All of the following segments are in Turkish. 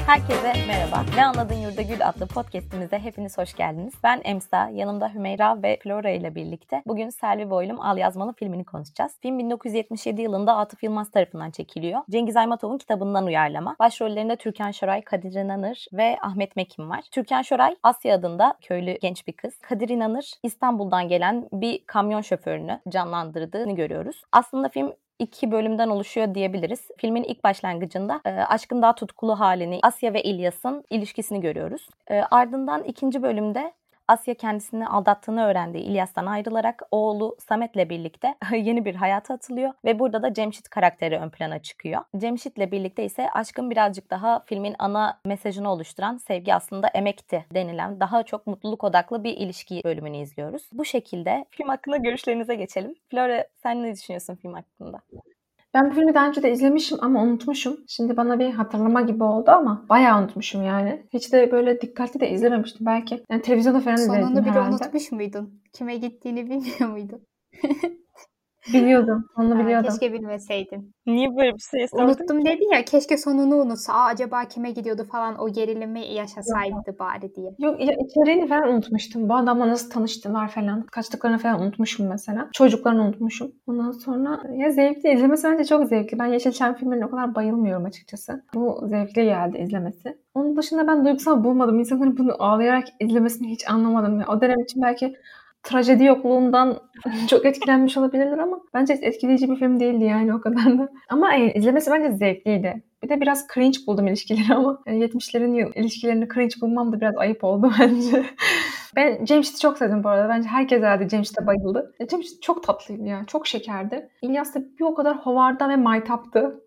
Herkese merhaba. Ne Anladın Yurda Gül adlı podcastimize hepiniz hoş geldiniz. Ben Emsa, yanımda Hümeyra ve Flora ile birlikte bugün Selvi Boylum Al Yazmalı filmini konuşacağız. Film 1977 yılında Atıf Yılmaz tarafından çekiliyor. Cengiz Aytmatov'un kitabından uyarlama. Başrollerinde Türkan Şoray, Kadir İnanır ve Ahmet Mekin var. Türkan Şoray, Asya adında köylü genç bir kız. Kadir İnanır, İstanbul'dan gelen bir kamyon şoförünü canlandırdığını görüyoruz. Aslında film 2 bölümden oluşuyor diyebiliriz. Filmin ilk başlangıcında aşkın daha tutkulu halini, Asya ve İlyas'ın ilişkisini görüyoruz. Ardından 2. bölümde Asya kendisini aldattığını öğrendiği İlyas'tan ayrılarak oğlu Samet'le birlikte yeni bir hayata atılıyor ve burada da Cemşit karakteri ön plana çıkıyor. Cemşit'le birlikte ise aşkın birazcık daha filmin ana mesajını oluşturan sevgi aslında emekti denilen daha çok mutluluk odaklı bir ilişki bölümünü izliyoruz. Bu şekilde film hakkında görüşlerinize geçelim. Flora, sen ne düşünüyorsun film hakkında? Ben bu filmi daha önce de izlemişim ama unutmuşum. Şimdi bana bir hatırlama gibi oldu ama bayağı unutmuşum yani. Hiç de böyle dikkatli de izlememiştim belki. Yani televizyonda falan izledim herhalde. Sonunu bile unutmuş muydun? Kime gittiğini bilmiyor muydun? Biliyordum. Onu biliyordum. Keşke bilmeseydin. Niye böyle bir şey sordun? Unuttum dedi ya, keşke sonunu unutsa. Acaba kime gidiyordu falan, o gerilimi yaşasaydı bari diye. Yok ya, içeriğini falan unutmuştum. Bu adamla nasıl tanıştılar falan. Kaçtıklarını falan unutmuşum mesela. Çocuklarını unutmuşum. Ondan sonra ya zevkli. İzlemesi bence çok zevkli. Ben Yeşilçam filmlerine o kadar bayılmıyorum açıkçası. Bu zevkli geldi izlemesi. Onun dışında ben duygusal bulmadım. İnsanların bunu ağlayarak izlemesini hiç anlamadım. O dönem için belki trajedi yokluğundan çok etkilenmiş olabilirler ama bence etkileyici bir film değildi yani o kadar da. Ama izlemesi bence zevkliydi. Bir de biraz cringe buldum ilişkileri ama 70'lerin ilişkilerini cringe bulmam da biraz ayıp oldu bence. Ben Cemşit'i çok sevdim bu arada. Bence herkes herhalde Cemşit'e bayıldı. Cemşit çok tatlıydı ya. Çok şekerdi. İlyas da bir o kadar hovarda ve maytaptı.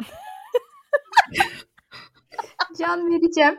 Can vereceğim.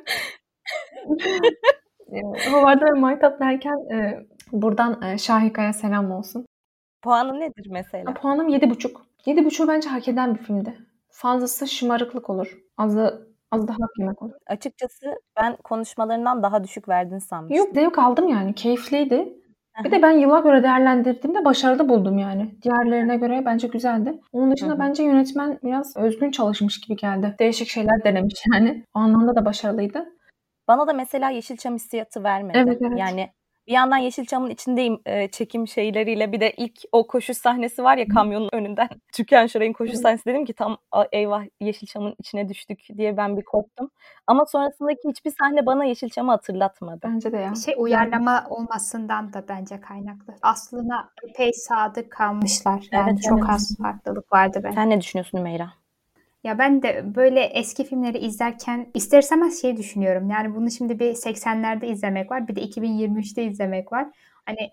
Hovarda ve maytap derken buradan Şahika'ya selam olsun. Puanı nedir mesela? Puanım 7,5. 7,5'u bence hak eden bir filmdi. Fazlası şımarıklık olur. Azı da hak yemek olur. Açıkçası ben konuşmalarından daha düşük verdin sanmıştım. Yok, zevk aldım yani. Keyifliydi. Bir de ben yıla göre değerlendirdiğimde başarılı buldum yani. Diğerlerine göre bence güzeldi. Onun dışında bence yönetmen biraz özgün çalışmış gibi geldi. Değişik şeyler denemiş yani. O anlamda da başarılıydı. Bana da mesela Yeşilçam hissiyatı vermedi. Evet. Yani bir yandan Yeşilçam'ın içindeyim çekim şeyleriyle, bir de ilk o koşu sahnesi var ya kamyonun önünden. Türkan Şoray'ın koşu sahnesi, dedim ki tam eyvah Yeşilçam'ın içine düştük diye ben bir korktum. Ama sonrasındaki hiçbir sahne bana Yeşilçam'ı hatırlatmadı. Bence de ya. Uyarlama olmasından da bence kaynaklı. Aslına epey sadık kalmışlar. Yani çok az farklılık vardı bence. Sen ne düşünüyorsun Hümeyra? Ya ben de böyle eski filmleri izlerken ister istemez düşünüyorum. Yani bunu şimdi bir 80'lerde izlemek var, bir de 2023'te izlemek var. Hani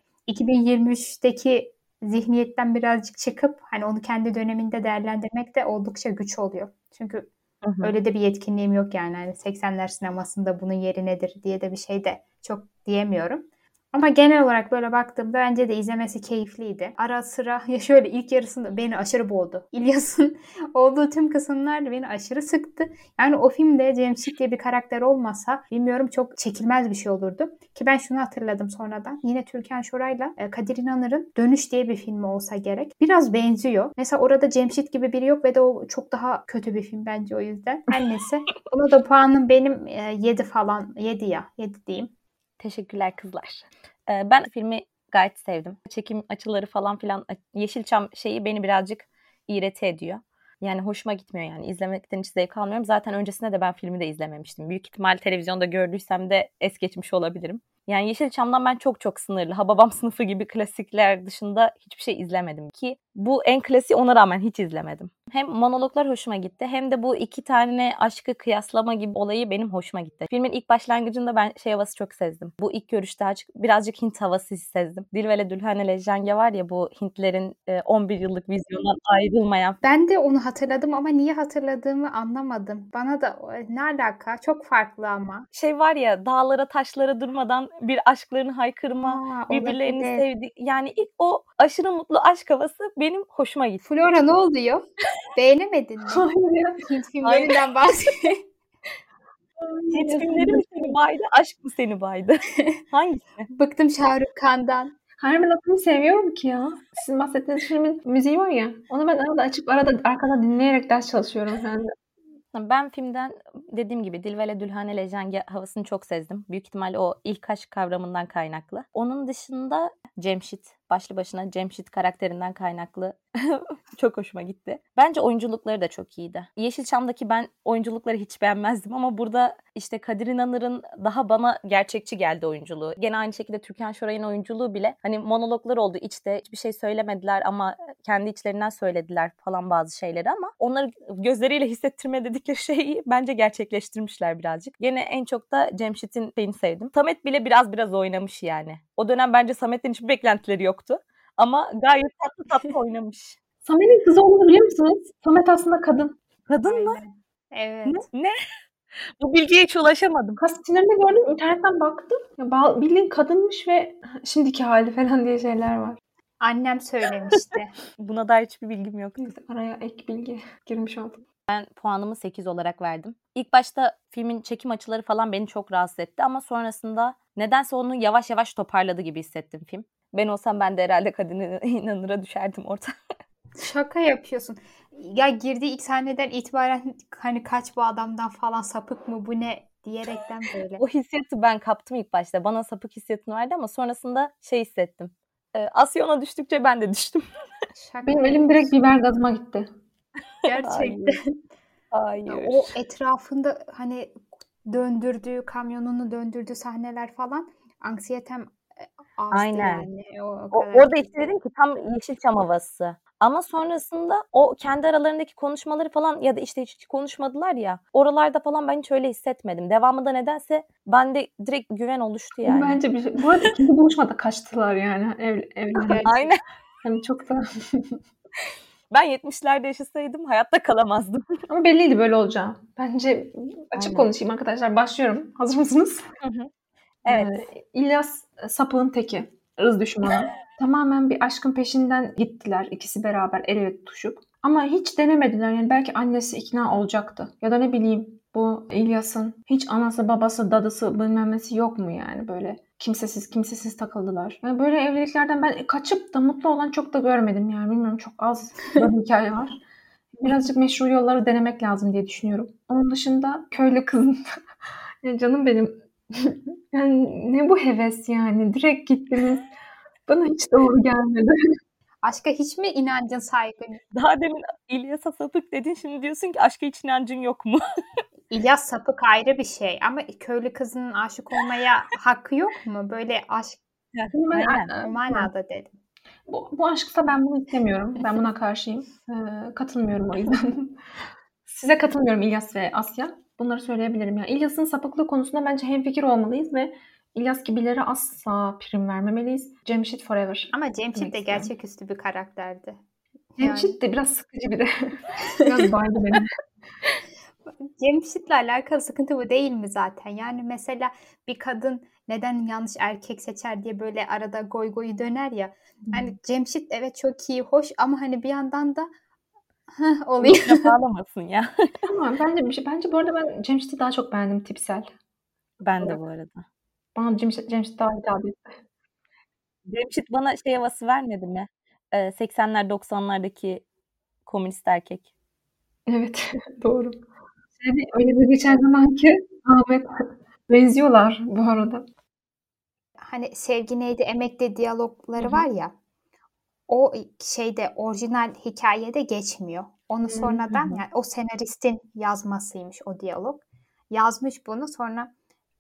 2023'teki zihniyetten birazcık çıkıp hani onu kendi döneminde değerlendirmek de oldukça güç oluyor. Çünkü öyle de bir yetkinliğim yok yani. Hani 80'ler sinemasında bunun yeri nedir diye de bir şey de çok diyemiyorum. Ama genel olarak böyle baktığımda bence de izlemesi keyifliydi. Ara sıra ya şöyle ilk yarısında beni aşırı boğdu. İlyas'ın olduğu tüm kısımlar beni aşırı sıktı. Yani o filmde Cemşit diye bir karakter olmasa bilmiyorum çok çekilmez bir şey olurdu. Ki ben şunu hatırladım sonradan. Yine Türkan Şoray'la Kadir İnanır'ın Dönüş diye bir filmi olsa gerek. Biraz benziyor. Mesela orada Cemşit gibi biri yok ve de o çok daha kötü bir film bence o yüzden. Her neyse. Ona da puanım benim 7 falan. 7 ya. 7 diyeyim. Teşekkürler kızlar. Ben filmi gayet sevdim. Çekim açıları falan filan, Yeşilçam şeyi beni birazcık iğreti ediyor. Yani hoşuma gitmiyor yani. İzlemekten hiç zevk almıyorum. Zaten öncesinde de ben filmi de izlememiştim. Büyük ihtimal televizyonda gördüysem de es geçmiş olabilirim. Yani Yeşilçam'dan ben çok sınırlı. Hababam Sınıfı gibi klasikler dışında hiçbir şey izlemedim ki bu en klasiği, ona rağmen hiç izlemedim. Hem monologlar hoşuma gitti hem de bu iki tane aşkı kıyaslama gibi olayı benim hoşuma gitti. Filmin ilk başlangıcında ben havası çok sezdim. Bu ilk görüşte birazcık Hint havası sezdim. Dilvele Dülhanele Jenge var ya, bu Hintlerin 11 yıllık vizyondan ayrılmayan. Ben de onu hatırladım ama niye hatırladığımı anlamadım. Bana da ne alaka? Çok farklı ama. Var ya, dağlara taşlara durmadan bir aşklarını haykırma, birbirlerini sevdi. Yani ilk o aşırı mutlu aşk havası benim hoşuma gitti. Flora ne oluyor? Beğenemedin mi? Hayır ya. Hint filmlerinden bahsediyor. Hint filmleri mi seni baydı, aşk mı seni baydı? Hangisi? Bıktım Şahrukh Khan'dan. Hayır, ben o filmi seviyorum ki ya. Sizin bahsettiğiniz filmin müziği var ya. Onu ben arada açıp arada arkada dinleyerek ders çalışıyorum ben de. Ben filmden dediğim gibi Dilvele Dülhane Lejenge havasını çok sezdim. Büyük ihtimalle o ilk aşk kavramından kaynaklı. Onun dışında Cemşit, başlı başına Cemşit karakterinden kaynaklı çok hoşuma gitti. Bence oyunculukları da çok iyiydi. Yeşilçam'daki ben oyunculukları hiç beğenmezdim ama burada işte Kadir İnanır'ın daha bana gerçekçi geldi oyunculuğu. Gene aynı şekilde Türkan Şoray'ın oyunculuğu bile hani monologlar oldu, içte hiçbir şey söylemediler ama kendi içlerinden söylediler falan bazı şeyleri ama onları gözleriyle hissettirme dedikleri şeyi bence gerçekleştirmişler birazcık. Gene en çok da Cemşit'in şeyini sevdim. Samet bile biraz oynamış yani. O dönem bence Samet'in hiçbir beklentileri yoktu. Ama gayet tatlı oynamış. Samet'in kızı olduğunu biliyor musunuz? Samet aslında kadın. Kadın mı? Aynen. Evet. Ne? Bu bilgiye hiç ulaşamadım. Kastinlerinde gördüm, internetten baktım. Ya, bildiğin kadınmış ve şimdiki hali falan diye şeyler var. Annem söylemişti. Buna dair hiçbir bilgim yoktu. Neyse, araya ek bilgi girmiş oldum. Ben puanımı 8 olarak verdim. İlk başta filmin çekim açıları falan beni çok rahatsız etti ama sonrasında nedense onu yavaş yavaş toparladı gibi hissettim film. Ben olsam ben de herhalde Kadir İnanır'a düşerdim orada. Şaka yapıyorsun. Ya girdiği ilk sahneden itibaren hani kaç bu adamdan falan, sapık mı bu ne diyerekten böyle. O hissiyatı ben kaptım ilk başta. Bana sapık hissiyatını verdi ama sonrasında şey hissettim. Asya ona düştükçe ben de düştüm. Şaka Benim elim direkt biber gazıma gitti. gerçekten. Hayır. O etrafında hani kamyonunu döndürdüğü sahneler falan anksiyetem azdı Aynen. yani. O kadar Orada kötü. işte dedim ki tam Yeşilçam havası. Ama sonrasında o kendi aralarındaki konuşmaları falan ya da işte hiç konuşmadılar ya. Oralarda falan ben hiç öyle hissetmedim. Devamında nedense bende direkt güven oluştu yani. Bence bir şey. Bu arada ikinci buluşmada kaçtılar yani evlenmek. Gerçekten. Aynen. Hani çok da Ben 70'lerde yaşasaydım hayatta kalamazdım. ama belliydi böyle olacağı. Bence açık Aynen. konuşayım arkadaşlar. Başlıyorum. Hazır mısınız? Evet. İlyas sapığın teki. Irz düşmanı. Tamamen bir aşkın peşinden gittiler. İkisi beraber el ele tutuşup. Ama hiç denemediler. Yani belki annesi ikna olacaktı. Ya da ne bileyim bu İlyas'ın hiç anası, babası, dadısı bilmem nesi yok mu yani böyle kimsesiz takıldılar. Yani böyle evliliklerden ben kaçıp da mutlu olan çok da görmedim yani. Bilmiyorum, çok az böyle hikaye var. Birazcık meşru yolları denemek lazım diye düşünüyorum. Onun dışında köylü kızın ya canım benim yani ne bu heves yani? Direkt gittiniz. Bana hiç doğru gelmedi. Aşka hiç mi inancın, saygın? Daha demin İlyas'a sapık dedin, şimdi diyorsun ki aşka hiç inancın yok mu? İlyas sapık ayrı bir şey ama köylü kızının aşık olmaya hakkı yok mu? Böyle aşk Şimdi ben, Aynen. o manada dedim. bu aşksa ben bunu istemiyorum. Ben buna karşıyım. Katılmıyorum o yüzden. Size katılmıyorum İlyas ve Asya. Bunları söyleyebilirim. Yani İlyas'ın sapıklığı konusunda bence hemfikir olmalıyız ve İlyas gibilere asla prim vermemeliyiz. Cemşit forever. Ama Cemşit demek de istiyorum. gerçeküstü bir karakterdi. Cemşit de biraz sıkıcı biri. Biraz baydı beni. Cemşit'le alakalı sıkıntı bu değil mi zaten? Yani mesela bir kadın neden yanlış erkek seçer diye böyle arada goy goyu döner ya. Hani Cemşit evet çok iyi, hoş ama hani bir yandan da oluyor. İçine bağlamasın ya. Ama bence bu arada ben Cemşit'i daha çok beğendim tipsel. Ben de bu arada. Bana Cemşit daha hitap etti. Cemşit bana şey havası vermedi mi? 80'ler 90'lardaki komünist erkek. Evet, doğru. Yani öyle bir geçen zamanki Ahmet benziyorlar bu arada. Hani sevgi neydi emekli diyalogları Hı hı. var ya, o şeyde orijinal hikayede geçmiyor. Onu sonradan yani o senaristin yazmasıymış o diyalog. Yazmış bunu, sonra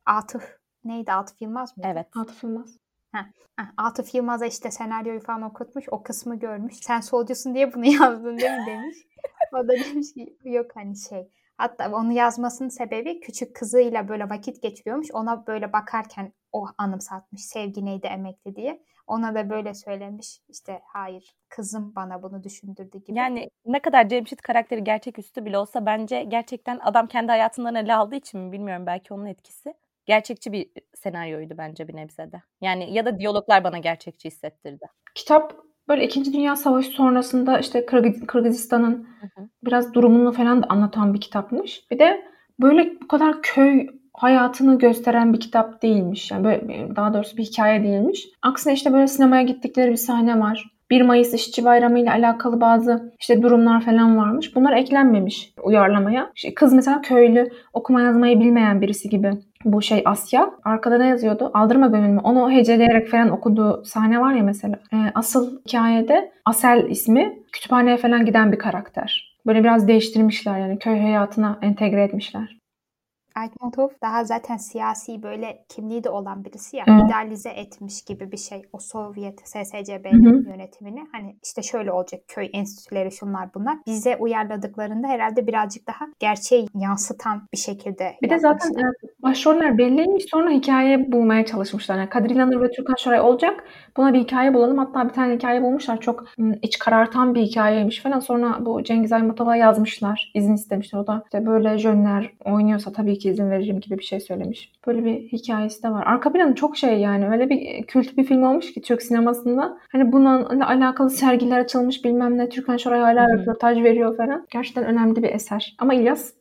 Atıf Yılmaz mıydı? Evet. Atıf Yılmaz. Atıf Yılmaz'a işte senaryoyu falan okutmuş. O kısmı görmüş. Sen solcusun diye bunu yazdın değil mi demiş. O da demiş ki yok hani şey. Hatta onu yazmasının sebebi küçük kızıyla böyle vakit geçiriyormuş. Ona böyle bakarken o anımsatmış. Sevgi neydi emekli diye. Ona da böyle söylemiş. İşte hayır kızım bana bunu düşündürdü gibi. Yani ne kadar Cemşit karakteri gerçeküstü bile olsa bence gerçekten adam kendi hayatından ele aldığı için mi bilmiyorum, belki onun etkisi. Gerçekçi bir senaryoydu bence bir nebzede. Yani ya da diyaloglar bana gerçekçi hissettirdi. Kitap böyle 2. Dünya Savaşı sonrasında işte Kırgızistan'ın biraz durumunu falan da anlatan bir kitapmış. Bir de böyle bu kadar köy hayatını gösteren bir kitap değilmiş. Yani böyle, daha doğrusu bir hikaye değilmiş. Aksine işte böyle sinemaya gittikleri bir sahne var. 1 Mayıs İşçi Bayramı ile alakalı bazı işte durumlar falan varmış. Bunlar eklenmemiş uyarlamaya. İşte kız mesela köylü, okuma yazmayı bilmeyen birisi gibi. Bu Asya. Arkada ne yazıyordu? Aldırma gönlümü. Onu heceleyerek falan okuduğu sahne var ya mesela. Asıl hikayede Asel ismi kütüphaneye falan giden bir karakter. Böyle biraz değiştirmişler, yani köy hayatına entegre etmişler. Aytmatov daha zaten siyasi böyle kimliği de olan birisi ya, Evet. idealize etmiş gibi bir şey o Sovyet Hı SSCB'nin hı. yönetimini. Hani işte şöyle olacak, köy enstitüleri şunlar bunlar. Bize uyarladıklarında herhalde birazcık daha gerçeği yansıtan bir şekilde Bir de zaten yapmışlar. başroller belliymiş, sonra hikaye bulmaya çalışmışlar. Yani Kadir İnanır ve Türkan Şoray olacak. Buna bir hikaye bulalım. Hatta bir tane hikaye bulmuşlar. Çok iç karartan bir hikayeymiş falan. Sonra bu Cengiz Aytmatov'a yazmışlar. İzin istemişler. O da işte böyle jönler oynuyorsa tabii ki izin veririm gibi bir şey söylemiş. Böyle bir hikayesi de var. Arka planı çok yani öyle bir kült bir film olmuş ki Türk sinemasında. Hani bununla alakalı sergiler açılmış, bilmem ne. Türkan Şoray hala röportaj veriyor falan. Gerçekten önemli bir eser. Ama İlyas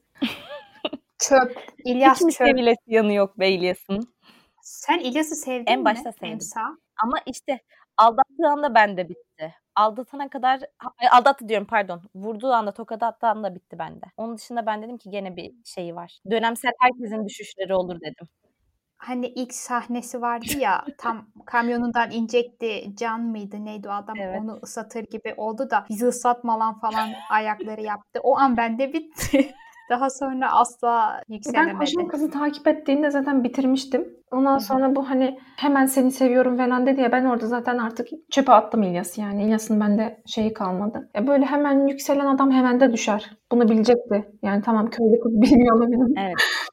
Çöp. Hiç İlyas mi çöp. sevilesi yanı yok be İlyas'ın? Sen İlyas'ı En sevdin başta mi sevdim. Emsa? Ama işte aldattığı anda bende bitti. Aldatana kadar aldattı diyorum, pardon. Vurduğu anda, tokadı attığı anda bitti bende. Onun dışında ben dedim ki gene bir şeyi var. Dönemsel herkesin düşüşleri olur dedim. Hani ilk sahnesi vardı ya, tam kamyonundan inecekti, Can mıydı neydi o adam, Evet. onu ıslatır gibi oldu da bizi ıslatma lan falan ayakları yaptı. O an bende bitti. Daha sonra asla ben yükselemedi. Koşan Kız'ı takip ettiğinde zaten bitirmiştim. Ondan sonra bu hani hemen seni seviyorum falan dedi ya, ben orada zaten artık çöpe attım İlyas'ı yani. İlyas'ın bende şeyi kalmadı. Ya böyle hemen yükselen adam hemen de düşer. Bunu bilecekti. Yani tamam, köylü kız bilmiyor olabilir. Evet.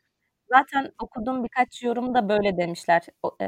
Zaten okuduğum birkaç yorumda böyle demişler.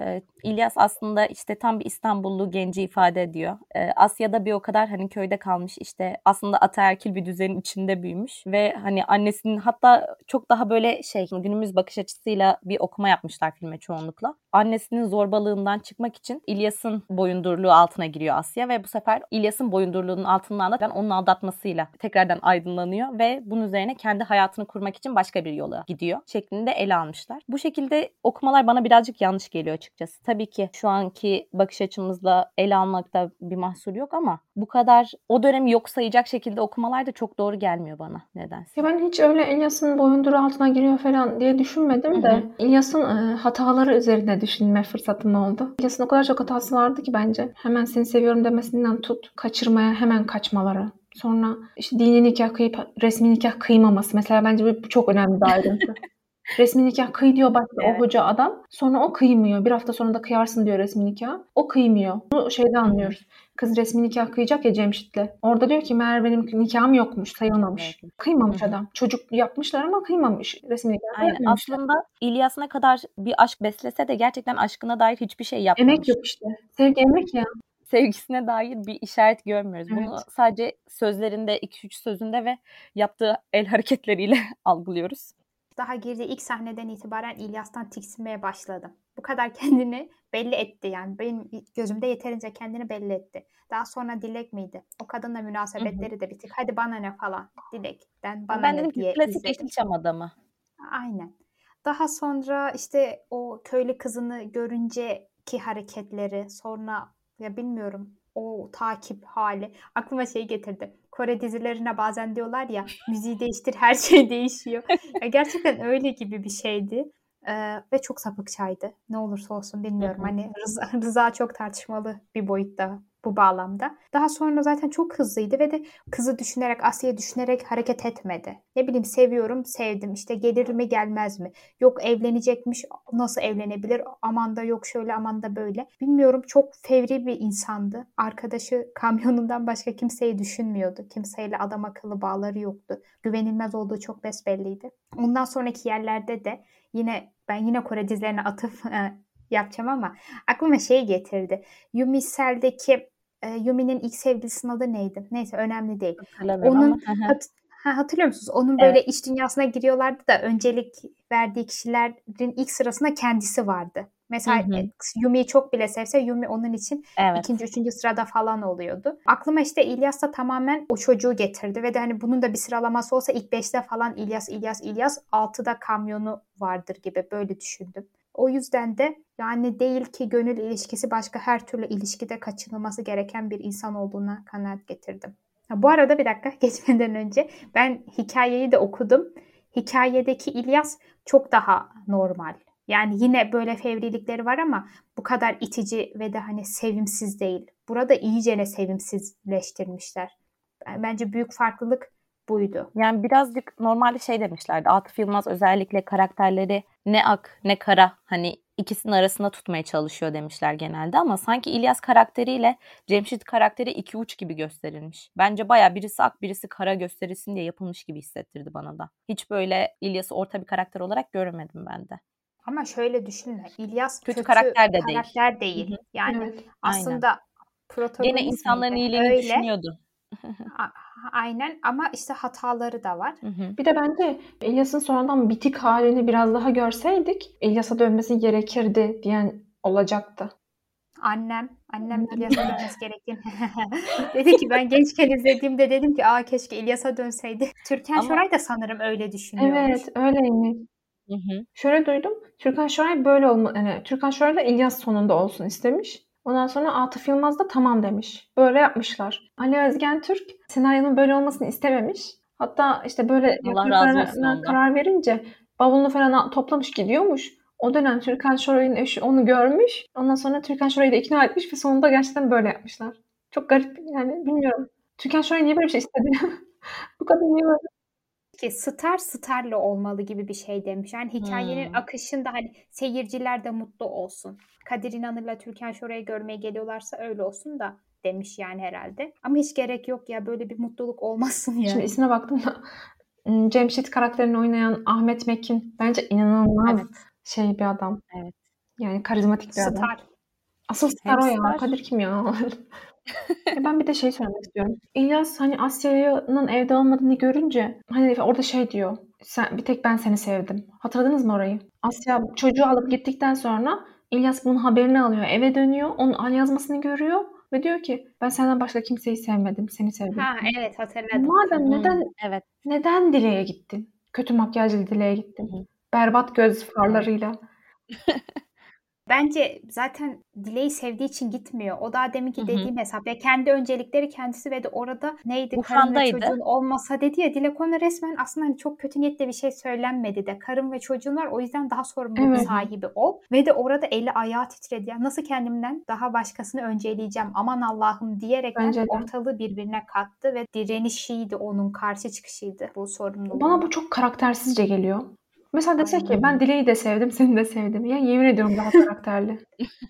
İlyas aslında işte tam bir İstanbullu genci ifade ediyor. Asya'da bir o kadar hani köyde kalmış, işte aslında ataerkil bir düzenin içinde büyümüş ve hani annesinin, hatta çok daha böyle günümüz bakış açısıyla bir okuma yapmışlar filme çoğunlukla. Annesinin zorbalığından çıkmak için İlyas'ın boyundurluğu altına giriyor Asya ve bu sefer İlyas'ın boyundurluğunun altından da onun aldatmasıyla tekrardan aydınlanıyor ve bunun üzerine kendi hayatını kurmak için başka bir yola gidiyor şeklinde ele almışlar. Bu şekilde okumalar bana birazcık yanlış geliyor açıkçası. Tabii ki şu anki bakış açımızla ele almakta bir mahsur yok ama bu kadar o dönemi yok sayacak şekilde okumalar da çok doğru gelmiyor bana nedense. Ya ben hiç öyle İlyas'ın boyunduruğu altına giriyor falan diye düşünmedim de İlyas'ın hataları üzerine düşünme fırsatım oldu. İlyas'ın o kadar çok hatası vardı ki bence. Hemen seni seviyorum demesinden tut, kaçırmaya hemen kaçmaları. Sonra işte dini nikah kıyıp resmi nikah kıymaması. Mesela bence bu çok önemli bir ayrıntı. Resmi nikah kıy diyor başta o Evet. hoca adam. Sonra o kıymıyor. Bir hafta sonra da kıyarsın diyor resmi nikah. O kıymıyor. Bunu anlıyoruz. Kız resmi nikah kıyacak ya Cemşit'le. Orada diyor ki meğer benim nikahım yokmuş, sayılmamış. Evet. Kıymamış adam. Çocuk yapmışlar ama kıymamış. Resmi nikah Aynen. yapmamışlar. Aslında İlyas ne kadar bir aşk beslese de gerçekten aşkına dair hiçbir şey Emek yapmamış. yok işte. Sevgi emek ya. Sevgisine dair bir işaret görmüyoruz. Evet. Bunu sadece sözlerinde, 2-3 sözünde ve yaptığı el hareketleriyle algılıyoruz. Daha girdiği ilk sahneden itibaren İlyas'tan tiksinmeye başladım. Bu kadar kendini belli etti yani. Benim gözümde yeterince kendini belli etti. Daha sonra Dilek miydi? O kadınla münasebetleri de bitik. Hadi bana ne falan. Dilek'ten bana Ben ne dedim ki diye klasik izledim. Yeşilçam adamı. Aynen. Daha sonra işte o köylü kızını görünceki hareketleri, sonra ya bilmiyorum o takip hali aklıma getirdi. Kore dizilerine bazen diyorlar ya, müziği değiştir her şey değişiyor. Ya gerçekten öyle gibi bir şeydi. Ve çok sapıkçaydı. Ne olursa olsun bilmiyorum. Hani Rıza çok tartışmalı bir boyutta bu bağlamda. Daha sonra zaten çok hızlıydı ve de kızı düşünerek, Asya'yı düşünerek hareket etmedi. Ne bileyim, seviyorum, sevdim. İşte gelir mi gelmez mi? Yok evlenecekmiş, nasıl evlenebilir? Aman da yok şöyle, aman da böyle. Bilmiyorum, çok fevri bir insandı. Arkadaşı kamyonundan başka kimseyi düşünmüyordu. Kimseyle adam akıllı bağları yoktu. Güvenilmez olduğu çok besbelliydi. Ondan sonraki yerlerde de yine Kore dizilerine atıf yapacağım ama aklıma getirdi. Yumi Cell'deki Yumi'nin ilk sevgilisinin adı neydi? Neyse, önemli değil. Hatırlamıyorum Onun ama. hatırlıyor musunuz? Onun Evet. böyle iç dünyasına giriyorlardı da öncelik verdiği kişilerin ilk sırasında kendisi vardı. Mesela Yumi'yi çok bile sevse Yumi onun için Evet. ikinci, üçüncü sırada falan oluyordu. Aklıma İlyas da tamamen o çocuğu getirdi ve de hani bunun da bir sıralaması olsa ilk 5'te falan İlyas, 6'da kamyonu vardır gibi böyle düşündüm. O yüzden de Yani değil ki gönül ilişkisi başka her türlü ilişkide kaçınılması gereken bir insan olduğuna kanaat getirdim. Ha, bu arada bir dakika geçmeden önce ben hikayeyi de okudum. Hikayedeki İlyas çok daha normal. Yani yine böyle fevrilikleri var ama bu kadar itici ve de hani sevimsiz değil. Burada iyicene sevimsizleştirmişler. Bence büyük farklılık buydu. Yani birazcık normalde şey demişlerdi. Atıf Yılmaz özellikle karakterleri ne ak ne kara, hani ikisinin arasında tutmaya çalışıyor demişler genelde, ama sanki İlyas karakteriyle Cemşit karakteri iki uç gibi gösterilmiş. Bence baya birisi ak birisi kara gösterilsin diye yapılmış gibi hissettirdi bana da. Hiç böyle İlyas'ı orta bir karakter olarak göremedim ben de. Ama şöyle düşünme. İlyas Kötü kötü karakter de değil. karakter değil. Hı hı. Yani Evet. Aynen. aslında Gene protagonist insanların miydi? iyiliğini Öyle. düşünüyordu. Aynen ama işte hataları da var. Hı hı. Bir de bence İlyas'ın sonradan bitik halini biraz daha görseydik İlyas'a dönmesi gerekirdi diyen olacaktı. Annem İlyas'a dönmesi gerektiğini dedi ki ben gençken izlediğimde dedim ki keşke İlyas'a dönseydi. Türkan Ama Şoray da sanırım öyle düşünüyormuş. Evet, öyleymiş. hı hı. Şöyle duydum. Türkan Şoray böyle yani Türkan Şoray'la İlyas sonunda olsun istemiş. Ondan sonra Atıf Yılmaz da tamam demiş. Böyle yapmışlar. Ali Özgen Türk senaryonun böyle olmasını istememiş. Hatta işte böyle Allah razı olsun yapımcılarına ondan. karar verince bavulunu falan toplamış gidiyormuş. O dönem Türkan Şoray'ın eşi onu görmüş. Ondan sonra Türkan Şoray'ı da ikna etmiş ve sonunda gerçekten böyle yapmışlar. Çok garip yani, bilmiyorum. Türkan Şoray niye böyle bir şey istedi? Bu kadar niye böyle? Ki starla olmalı gibi bir şey demiş. Yani hikayenin akışında hani seyirciler de mutlu olsun. Kadir İnanır'la Türkan Şoray'ı görmeye geliyorlarsa öyle olsun da demiş yani herhalde. Ama hiç gerek yok ya, böyle bir mutluluk olmasın Şimdi yani. ismine baktım da Cemşit karakterini oynayan Ahmet Mekin bence inanılmaz Evet. bir adam. Evet. Yani karizmatik bir adam. Star. Asıl star Hem o ya. star. Kadir kim ya? Ben bir de şey söylemek istiyorum. İlyas hani Asya'nın evde olmadığını görünce hani orada diyor. Bir tek ben seni sevdim. Hatırladınız mı orayı? Asya çocuğu alıp gittikten sonra İlyas bunun haberini alıyor. Eve dönüyor. Onun al yazmasını görüyor ve diyor ki ben senden başka kimseyi sevmedim. Seni sevdim. Ha evet, hatırladım. Madem Evet. neden Dile'ye gittin? Kötü makyajlı Dile'ye Hı gittin. hı. Berbat göz farlarıyla. Bence zaten Dile'yi sevdiği için gitmiyor. O daha deminki Hı hı. dediğim hesap. Ya kendi öncelikleri kendisi ve de orada neydi, karın ve Buhran'daydı. çocuğun olmasa dedi ya. Dilek ona resmen aslında hani çok kötü niyetle bir şey söylenmedi de. Karın ve çocuğun var, o yüzden daha sorumluluk Evet. sahibi ol. Ve de orada eli ayağı titredi. Ya nasıl kendimden daha başkasını önceleyeceğim, aman Allah'ım diyerekten Bence de. ortalığı birbirine kattı ve direnişiydi, onun karşı çıkışıydı bu sorumluluğuna. Bana bu çok karaktersizce geliyor. Mesela desek ki Aynen. ben Dile'yi de sevdim, seni de sevdim. Ya yemin ediyorum daha karakterli.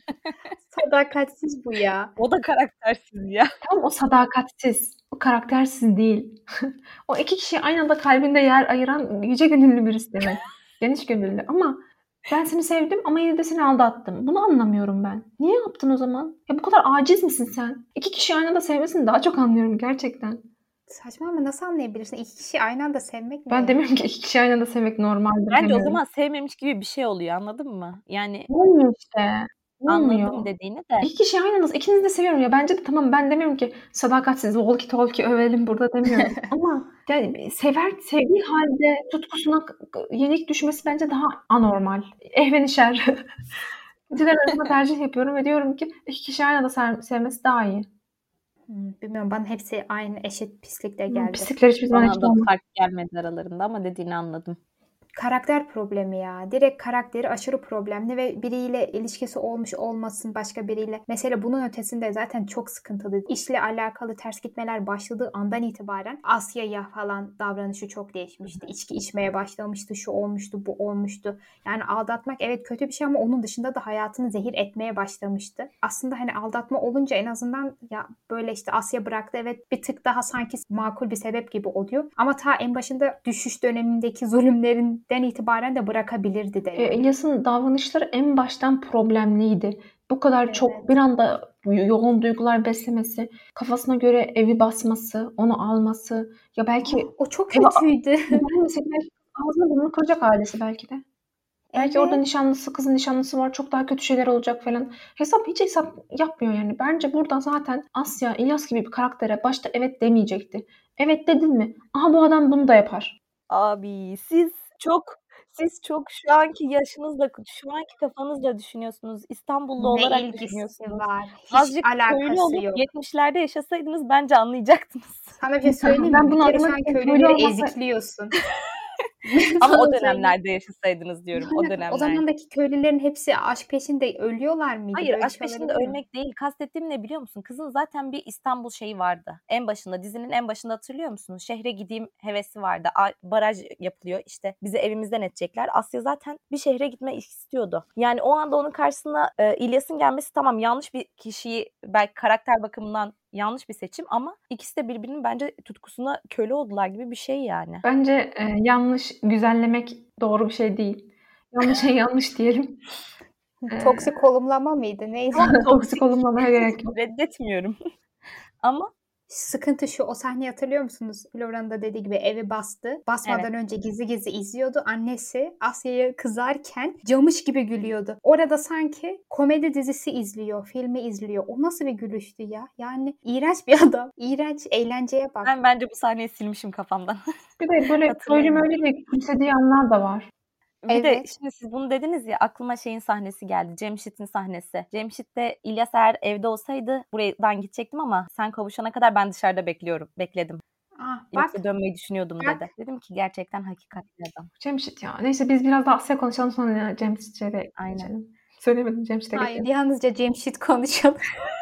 Sadakatsiz bu ya. O da karaktersiz ya. Tam o sadakatsiz. O karaktersiz değil. O iki kişi aynı anda kalbinde yer ayıran yüce gönüllü birisi demek. Geniş gönüllü. Ama ben seni sevdim ama yine de seni aldattım. Bunu anlamıyorum ben. Niye yaptın o zaman? Ya bu kadar aciz misin sen? İki kişi aynı anda sevmesini daha çok anlıyorum gerçekten. Saçma ama nasıl anlayabilirsin? İki kişi aynı anda sevmek ne? Ben demiyorum ki iki kişi aynı anda sevmek normaldir Bence o demiyorum. zaman sevmemiş gibi bir şey oluyor, anladın mı? Yani Olmuyor işte. anladım Olmuyor. dediğini de. İki kişi aynı anda. İkinizi de seviyorum ya. Bence de tamam, ben demiyorum ki sadakatsiz walkie talkie övelim burada demiyorum. Ama yani sevdiği halde tutkusuna yenik düşmesi bence daha anormal. Ehvenişer. İkisiler arasında tercih yapıyorum ve diyorum ki iki kişi aynı anda sevmesi daha iyi. Bilmiyorum, bana hepsi aynı eşit pislikte geldi. Pislikler hiçbir zaman Bana eşit da olmaz. fark gelmedi aralarında ama dediğini anladım. Karakter problemi ya. Direkt karakteri aşırı problemli ve biriyle ilişkisi olmuş olmasın başka biriyle. Mesela bunun ötesinde zaten çok sıkıntılı. İşle alakalı ters gitmeler başladığı andan itibaren Asya'ya falan davranışı çok değişmişti. İçki içmeye başlamıştı, şu olmuştu, bu olmuştu. Yani aldatmak evet kötü bir şey ama onun dışında da hayatını zehir etmeye başlamıştı. Aslında hani aldatma olunca en azından ya böyle işte Asya bıraktı, evet bir tık daha sanki makul bir sebep gibi oluyor. Ama ta en başında düşüş dönemindeki zulümlerinden itibaren de bırakabilirdi de yani. İlyas'ın davranışları en baştan problemliydi. Bu kadar çok bir anda yoğun duygular beslemesi, kafasına göre evi basması, onu alması, ya belki O çok eve kötüydü. gelmeseydi belki ağzını burnunu kıracak ailesi belki de. Belki orada kızın nişanlısı var, çok daha kötü şeyler olacak falan. Hiç hesap yapmıyor yani. Bence burada zaten Asya, İlyas gibi bir karaktere başta evet demeyecekti. Evet dedin mi? Aha bu adam bunu da yapar. Abi Siz çok şu anki yaşınızla, şu anki kafanızla düşünüyorsunuz. İstanbullu Ne olarak ilgisi düşünüyorsunuz. var? Hiç Azıcık köylü alakası olup yok. 70'lerde yaşasaydınız bence anlayacaktınız. Sana bir şey söyleyeyim Ben mi? Bir bunu kere şu an anlamak için köylü köylüleri olmasa... ezikliyorsun. Ama o Sana söyleyeyim. dönemlerde yaşasaydınız diyorum. O O dönemlerde. zamandaki köylülerin hepsi aşk peşinde ölüyorlar mıydı? Hayır, Böyle bir aşk şey peşinde olabilir mi? ölmek değil. Kastettiğim ne biliyor musun? Kızın zaten bir İstanbul şeyi vardı. En başında, dizinin en başında hatırlıyor musunuz? Şehre gideyim hevesi vardı. Baraj yapılıyor. İşte bizi evimizden edecekler. Asya zaten bir şehre gitmek istiyordu. Yani o anda onun karşısına İlyas'ın gelmesi tamam yanlış bir kişiyi, belki karakter bakımından yanlış bir seçim ama ikisi de birbirinin bence tutkusuna köle oldular gibi bir şey yani. Bence yanlış güzellemek doğru bir şey değil. Yanlış şey yanlış diyelim. Toksik olumlama mıydı? Neydi? Toksik olumlamaya gerek yok. Reddetmiyorum. Ama Sıkıntı şu, o sahneyi hatırlıyor musunuz? Flora'nın da dediği gibi evi bastı. Basmadan önce gizli gizli izliyordu. Annesi Asya'ya kızarken camış gibi gülüyordu. Orada sanki komedi dizisi izliyor, filmi izliyor. O nasıl bir gülüştü ya? Yani iğrenç bir adam. İğrenç, eğlenceye bak. ben bence bu sahneyi silmişim kafamdan. Bir de böyle köylü öyle de kimsediği anlar da var. Bir de Evet. şimdi siz bunu dediniz ya, aklıma şeyin sahnesi geldi. Cemşit'in sahnesi. Cemşit'te İlyas eğer evde olsaydı buradan gidecektim ama sen kavuşana kadar ben dışarıda bekledim. Ah, bak. Yoksa dönmeyi düşünüyordum Bak. dedi. Dedim ki gerçekten hakikatli adam. Cemşit ya. Neyse biz biraz daha Asya konuşalım sonra Cemşit'e Aynen. geçelim. Söylemedim Cemşit'e Hayır, geçelim. yalnızca Cemşit konuşalım.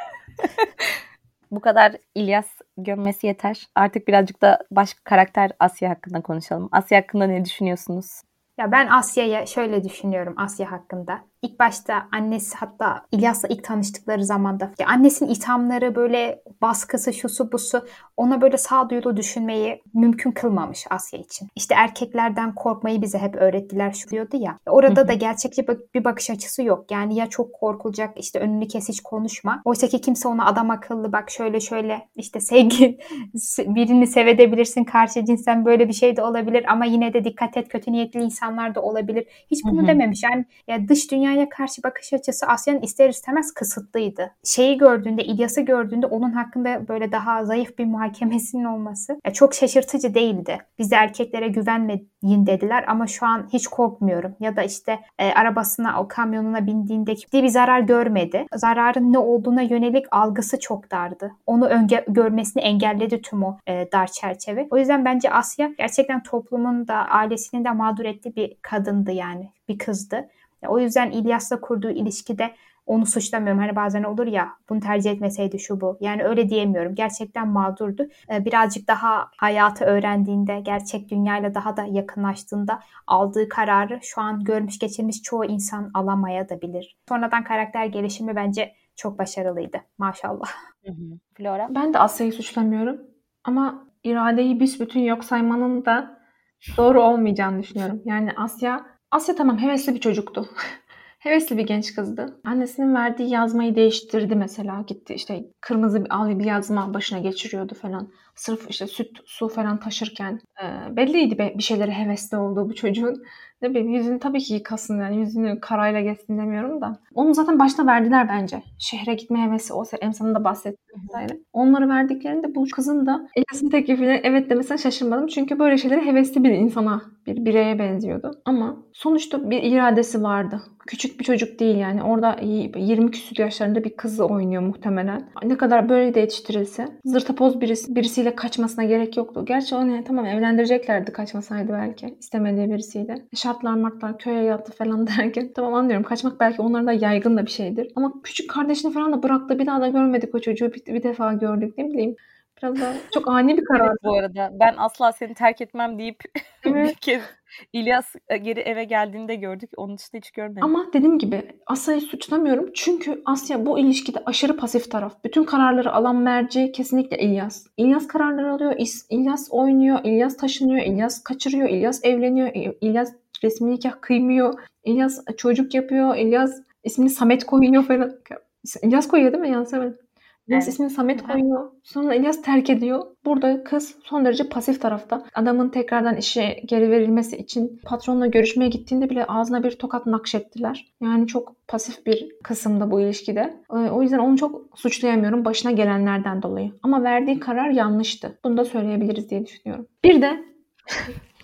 Bu kadar İlyas gömmesi yeter. Artık birazcık da başka karakter Asya hakkında konuşalım. Asya hakkında ne düşünüyorsunuz? Ya ben Asya'ya şöyle düşünüyorum Asya hakkında. İlk başta annesi, hatta İlyas'la ilk tanıştıkları zamanda ya annesinin ithamları, böyle baskısı, şusu busu ona böyle sağduyulu düşünmeyi mümkün kılmamış Asya için. İşte erkeklerden korkmayı bize hep öğrettiler şu diyordu ya. Orada da gerçekçi bir bakış açısı yok. Yani ya çok korkulacak, işte önünü kes, hiç konuşma. Oysa ki kimse ona adam akıllı bak şöyle şöyle işte sevgi birini sevebilirsin, karşı cinsten böyle bir şey de olabilir ama yine de dikkat et, kötü niyetli insanlar da olabilir. Hiç bunu dememiş. Yani ya dış dünyaya karşı bakış açısı Asya'nın ister istemez kısıtlıydı. Şeyi gördüğünde, İlyas'ı gördüğünde onun hakkında böyle daha zayıf bir muhakemesinin olması çok şaşırtıcı değildi. Biz de erkeklere güvenmeyin dediler ama şu an hiç korkmuyorum. Ya da işte arabasına, o kamyonuna bindiğinde bir zarar görmedi. Zararın ne olduğuna yönelik algısı çok dardı. Onu görmesini engelledi tüm o dar çerçeve. O yüzden bence Asya gerçekten toplumun da ailesinin de mağdur ettiği bir kadındı, yani bir kızdı. O yüzden İlyas'la kurduğu ilişkide onu suçlamıyorum. Hani bazen olur ya, bunu tercih etmeseydi şu bu. Yani öyle diyemiyorum. Gerçekten mağdurdu. Birazcık daha hayatı öğrendiğinde, gerçek dünyayla daha da yakınlaştığında aldığı kararı şu an görmüş geçirmiş çoğu insan alamayabilir. Sonradan karakter gelişimi bence çok başarılıydı. Maşallah. Flora? Ben de Asya'yı suçlamıyorum. Ama iradeyi büsbütün yok saymanın da doğru olmayacağını düşünüyorum. Yani Asya tamam hevesli bir çocuktu. Hevesli bir genç kızdı. Annesinin verdiği yazmayı değiştirdi mesela. Gitti işte kırmızı bir yazma başına geçiriyordu falan. Sırf işte süt, su falan taşırken belliydi bir şeylere hevesli olduğu bu çocuğun. Ne bileyim yüzünü tabii ki yıkasın, yani yüzünü karayla geçsin demiyorum da. Onu zaten başta verdiler bence. Şehre gitme hevesi, o Emsa'nın da bahsettiği vesaire. Onları verdiklerinde bu kızın da Elias'ın teklifine evet demesine şaşırmadım. Çünkü böyle şeylere hevesli bir insana, bir bireye benziyordu. Ama sonuçta bir iradesi vardı. Küçük bir çocuk değil yani. Orada 20 küsur yaşlarında bir kızı oynuyor muhtemelen. Ne kadar böyle de yetiştirilse zırtapoz birisiyle kaçmasına gerek yoktu. Gerçi onu tamam evlendireceklerdi kaçmasaydı belki. İstemediği birisiyle. Şartlar köye yattı falan derken tamam anlıyorum. Kaçmak belki onlarda yaygın da bir şeydir. Ama küçük kardeşini falan da bıraktı. Bir daha da görmedik o çocuğu. Bir defa gördük, ne bileyim. Biraz da çok ani bir karar. Evet, bu arada ben asla seni terk etmem deyip Evet. bir kez İlyas geri eve geldiğinde gördük. Onun dışında hiç görmedik. Ama dediğim gibi Asya'yı suçlamıyorum. Çünkü Asya bu ilişkide aşırı pasif taraf. Bütün kararları alan merci kesinlikle İlyas. İlyas kararları alıyor. İlyas oynuyor. İlyas taşınıyor. İlyas kaçırıyor. İlyas evleniyor. İlyas resmi nikah kıymıyor. İlyas çocuk yapıyor. İlyas ismini Samet koyuyor falan. İlyas koyuyor değil mi? Yanlış söylemedim. İlyas Evet. ismini Samet koyuyor. Sonra İlyas terk ediyor. Burada kız son derece pasif tarafta. Adamın tekrardan işe geri verilmesi için patronla görüşmeye gittiğinde bile ağzına bir tokat nakşettiler. Yani çok pasif bir kısımda bu ilişkide. O yüzden onu çok suçlayamıyorum başına gelenlerden dolayı. Ama verdiği karar yanlıştı. Bunu da söyleyebiliriz diye düşünüyorum. Bir de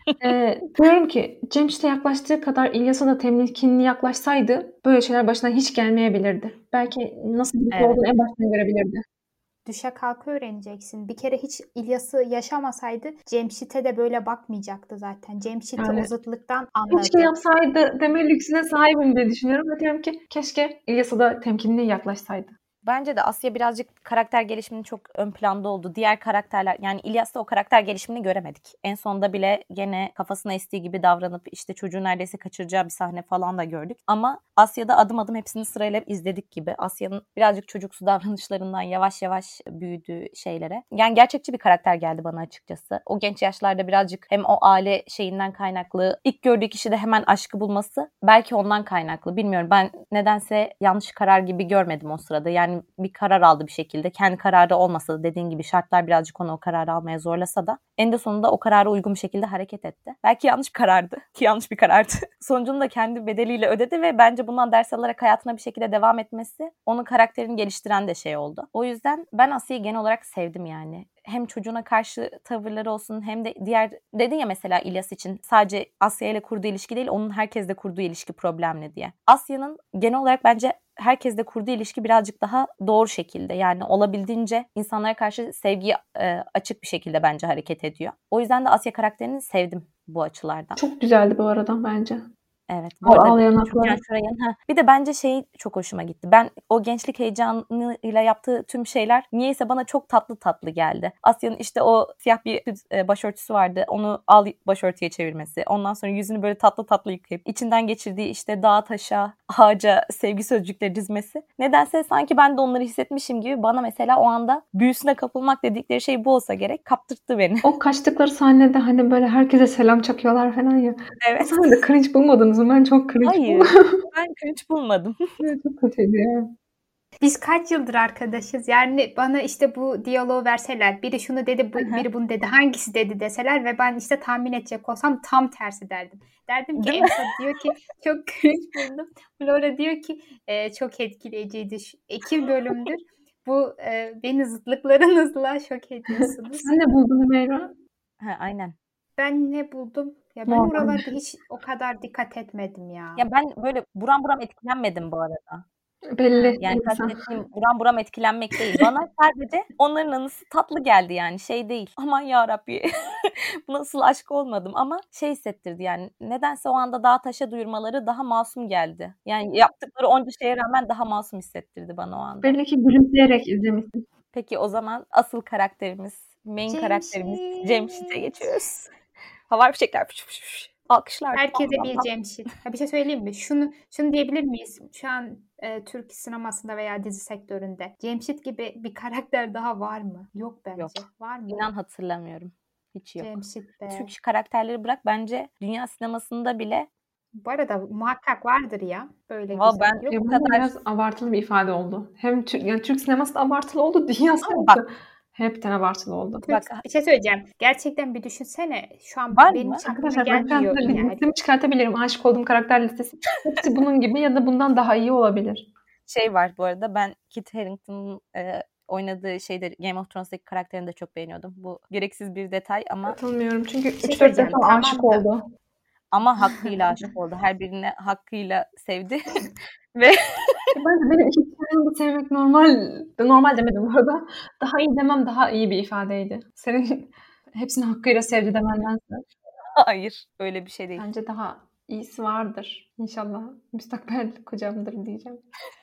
Diyorum ki Cemşit'e yaklaştığı kadar İlyas'a da temkinli yaklaşsaydı böyle şeyler başına hiç gelmeyebilirdi. Belki nasıl birisi Evet. olduğunu en baştan görebilirdi. Düşe kalka öğreneceksin. Bir kere hiç İlyas'ı yaşamasaydı Cemşit'e de böyle bakmayacaktı zaten. Cemşit'i o Yani zıtlıktan keşke anladı. yapsaydı deme lüksüne sahibim diye düşünüyorum. Ve diyorum ki keşke İlyas'a da temkinli yaklaşsaydı. Bence de Asya birazcık karakter gelişiminin çok ön planda oldu. Diğer karakterler, yani İlyas'ta o karakter gelişimini göremedik. En sonunda bile gene kafasına estiği gibi davranıp işte çocuğu neredeyse kaçıracağı bir sahne falan da gördük. Ama Asya'da adım adım hepsini sırayla izledik gibi. Asya'nın birazcık çocuksu davranışlarından yavaş yavaş büyüdüğü şeylere. Yani gerçekçi bir karakter geldi bana açıkçası. O genç yaşlarda birazcık hem o aile şeyinden kaynaklı, ilk gördüğü kişide hemen aşkı bulması belki ondan kaynaklı. Bilmiyorum, ben nedense yanlış karar gibi görmedim o sırada. Yani bir karar aldı bir şekilde. Kendi kararı olmasa da, dediğin gibi şartlar birazcık onu o kararı almaya zorlasa da eninde sonunda o karara uygun bir şekilde hareket etti. Belki yanlış bir karardı ki yanlış bir karardı. Sonucunu da kendi bedeliyle ödedi ve bence bundan ders alarak hayatına bir şekilde devam etmesi onun karakterini geliştiren de şey oldu. O yüzden ben Asya'yı genel olarak sevdim yani. Hem çocuğuna karşı tavırları olsun hem de diğer, dedin ya mesela İlyas için sadece Asya ile kurduğu ilişki değil, onun herkesle kurduğu ilişki problemli diye. Asya'nın genel olarak bence herkesle kurduğu ilişki birazcık daha doğru şekilde, yani olabildiğince insanlara karşı sevgiye açık bir şekilde bence hareket ediyor. O yüzden de Asya karakterini sevdim bu açılardan. Çok güzeldi bu arada bence. Evet. Bu O arada ağlayan Türkan hakları. Şoray'ın bir de bence şey çok hoşuma gitti. Ben o gençlik heyecanıyla yaptığı tüm şeyler niyeyse bana çok tatlı tatlı geldi. Asya'nın işte o siyah bir başörtüsü vardı. Onu al başörtüye çevirmesi. Ondan sonra yüzünü böyle tatlı tatlı yıkayıp içinden geçirdiği işte dağa taşa, ağaca sevgi sözcükleri dizmesi. Nedense sanki ben de onları hissetmişim gibi bana mesela o anda büyüsüne kapılmak dedikleri şey bu olsa gerek, kaptırttı beni. O kaçtıkları sahnede hani böyle herkese selam çakıyorlar falan ya. O Evet. sahnede cringe bulmadınız mı? Ben çok cringe Hayır. buldum. Ben cringe bulmadım. Çok kötüydü ya. Biz kaç yıldır arkadaşız? Yani bana işte bu diyaloğu verseler, biri şunu dedi, biri bunu dedi, hangisi dedi deseler ve ben işte tahmin edecek olsam tam tersi derdim. Derdim ki Değil mi? Emsa diyor ki çok cringe buldum. Flora diyor ki çok etkileyiciydi. 2 bölümdür bu beni zıtlıklarınızla şok ediyorsunuz. Sen ne buldun Hümeyra? Aynen. Ben ne buldum? Ya ben Normal. oralarda hiç o kadar dikkat etmedim ya. Ya ben böyle buram buram etkilenmedim bu arada. Belli Yani insan. kastettiğim buram buram etkilenmek değil. Bana sadece onların anısı tatlı geldi, yani şey değil. Aman yarabbi bu nasıl aşk olmadım, ama şey hissettirdi yani. Nedense o anda dağa taşa duyurmaları daha masum geldi. Yani yaptıkları onca şeye rağmen daha masum hissettirdi bana o anda. Belli ki gülümseyerek izlemişsin. Peki o zaman asıl karakterimiz, main karakterimiz Cemşit'e Cemşit. geçiyoruz. Havai fişekler, fış fış fış. Alkışlar. Bam Herkese bam bir bam. Cemşit. Ha, bir şey söyleyeyim mi? Şunu diyebilir miyiz? Şu an Türk sinemasında veya dizi sektöründe Cemşit gibi bir karakter daha var mı? Yok bence. Yok. Var mı? İnan hatırlamıyorum. Hiç yok. Cemşit be. Türk karakterleri bırak, bence dünya sinemasında bile Bu arada muhakkak vardır ya. Böyle valla güzel. ben Yok. bu Bu kadar, biraz abartılı bir ifade oldu. Hem yani Türk sineması da abartılı oldu, dünya ama sineması bak da hepten abartılı oldu. bak Bir şey söyleyeceğim. Gerçekten bir düşünsene. Şu an var benim mı? hiç aklıma Arkadaşlar bak, ben gelmiyor size yani. listemi çıkartabilirim. Aşık olduğum karakter listesi. Hepsi bunun gibi ya da bundan daha iyi olabilir. Şey var bu arada, ben Kit Harington'ın oynadığı şeyde, Game of Thrones'taki karakterini de çok beğeniyordum. Bu gereksiz bir detay ama Katılmıyorum çünkü Bir şey 3-4 söyleyeceğim. defa Tamam aşık da oldu. hakkıyla aşık oldu. Her birine hakkıyla sevdi ve Bence benim iki taneyi de sevmek normal. Normal demedim bu arada. Daha iyi demem daha iyi bir ifadeydi. Senin hepsini hakkıyla sevdi demendense. hayır, öyle bir şey değil. Bence daha iyisi vardır. İnşallah müstakbel kocamdır diyeceğim.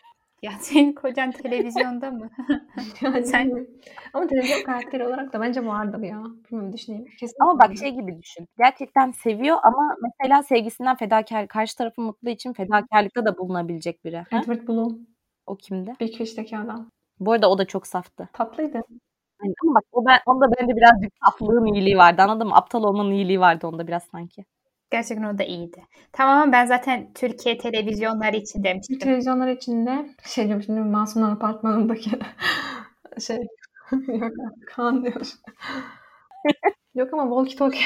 ya senin kocan televizyonda mı? Yani Sen bilmiyorum. Ama televizyon karakteri olarak da bence vardır ya. Bilmiyorum, düşüneyim. Kesin Ama bak vardır. şey gibi düşün. Gerçekten seviyor ama mesela sevgisinden karşı tarafı mutlu için fedakarlıkta da bulunabilecek biri. Ha? Edward Bloom. O kimdi? Big Fish'teki adam. Bu arada o da çok saftı. Tatlıydı. Yani ama bak onda bence birazcık saflığın iyiliği vardı, anladın mı? Aptal olmanın iyiliği vardı onda biraz sanki. gerçekten o da iyiydi. Tamam, ben zaten Türkiye televizyonları için Türk demiştim. televizyonlar içinde şey diyorum şimdi, Masumlar Apartmanı'ndaki şey yok Kaan diyor. Yok ama walkie talkie.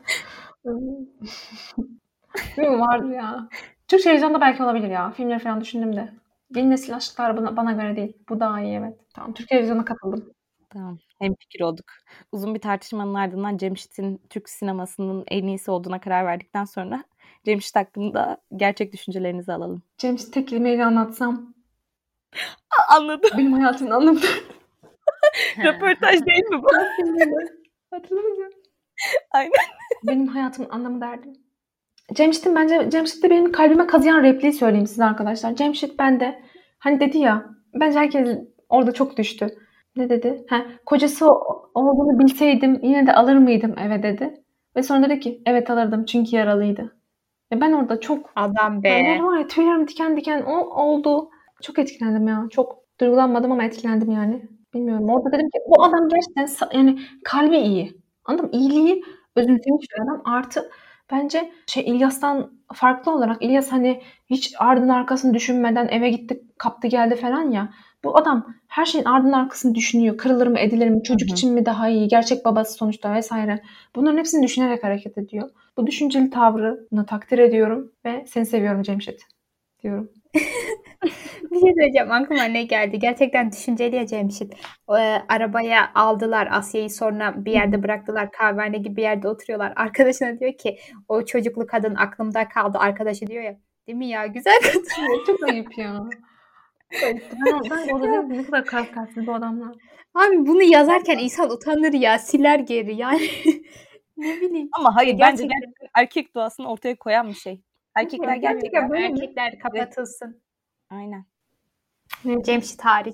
Bilmiyorum, vardır ya. Türk televizyonda belki olabilir ya. Filmleri falan düşündüm de. Yeni nesil aşklar bana göre değil. Bu daha iyi, evet. Tamam, Türk televizyona katıldım. Tamam. Hemfikir olduk. Uzun bir tartışmanın ardından Cemşit'in Türk sinemasının en iyisi olduğuna karar verdikten sonra Cemşit hakkında gerçek düşüncelerinizi alalım. Cemşit tek kelimeyle anlatsam Anladım. benim hayatımın anlamı. Röportaj değil mi bu? Hatırladın mı? Aynen. Benim hayatımın anlamı derdim. Cemşit'te benim kalbime kazıyan repliği söyleyeyim size arkadaşlar. Cemşit bende hani dedi ya, bence herkes orada çok düştü. Ne dedi? Kocası olduğunu bilseydim yine de alır mıydım eve dedi. Ve sonra dedi ki evet alırdım çünkü yaralıydı. Ve ben orada çok Adam böyle be. var ya, tüylerim diken diken oldu. Çok etkilendim ya. Çok duygulanmadım ama etkilendim yani. Bilmiyorum. Orada dedim ki bu adam gerçekten yani kalbi iyi. Anladın mı? İyiliği özümsemiş bir adam. Artı bence İlyas'tan farklı olarak, İlyas hani hiç ardını arkasını düşünmeden eve gitti, kaptı geldi falan ya. Bu adam her şeyin ardını arkasını düşünüyor. Kırılır mı, edilir mi, çocuk Hı hı. için mi daha iyi, gerçek babası sonuçta vesaire. Bunların hepsini düşünerek hareket ediyor. Bu düşünceli tavrını takdir ediyorum ve seni seviyorum Cemşit diyorum. Bir şey söyleyeceğim. Aklıma ne geldi? Gerçekten düşünceli ya Cemşit. Arabaya aldılar Asya'yı, sonra bir yerde bıraktılar. Kahvehane gibi bir yerde oturuyorlar. Arkadaşına diyor ki o çocuklu kadın aklımda kaldı. Arkadaşı diyor ya, değil mi ya? Güzel kadın. Çok ayıp ya. Çok ayıp. Ben orada dedim ki ne kadar kalpsiz bu adamlar. Abi bunu yazarken insan utanır ya. Siler geri yani. Ne bileyim. Ama hayır, bence Gerçekten. erkek doğasını ortaya koyan bir şey. Erkekler gerçekten böyle mi? Erkekler kapatılsın. aynen. Cemşit hariç.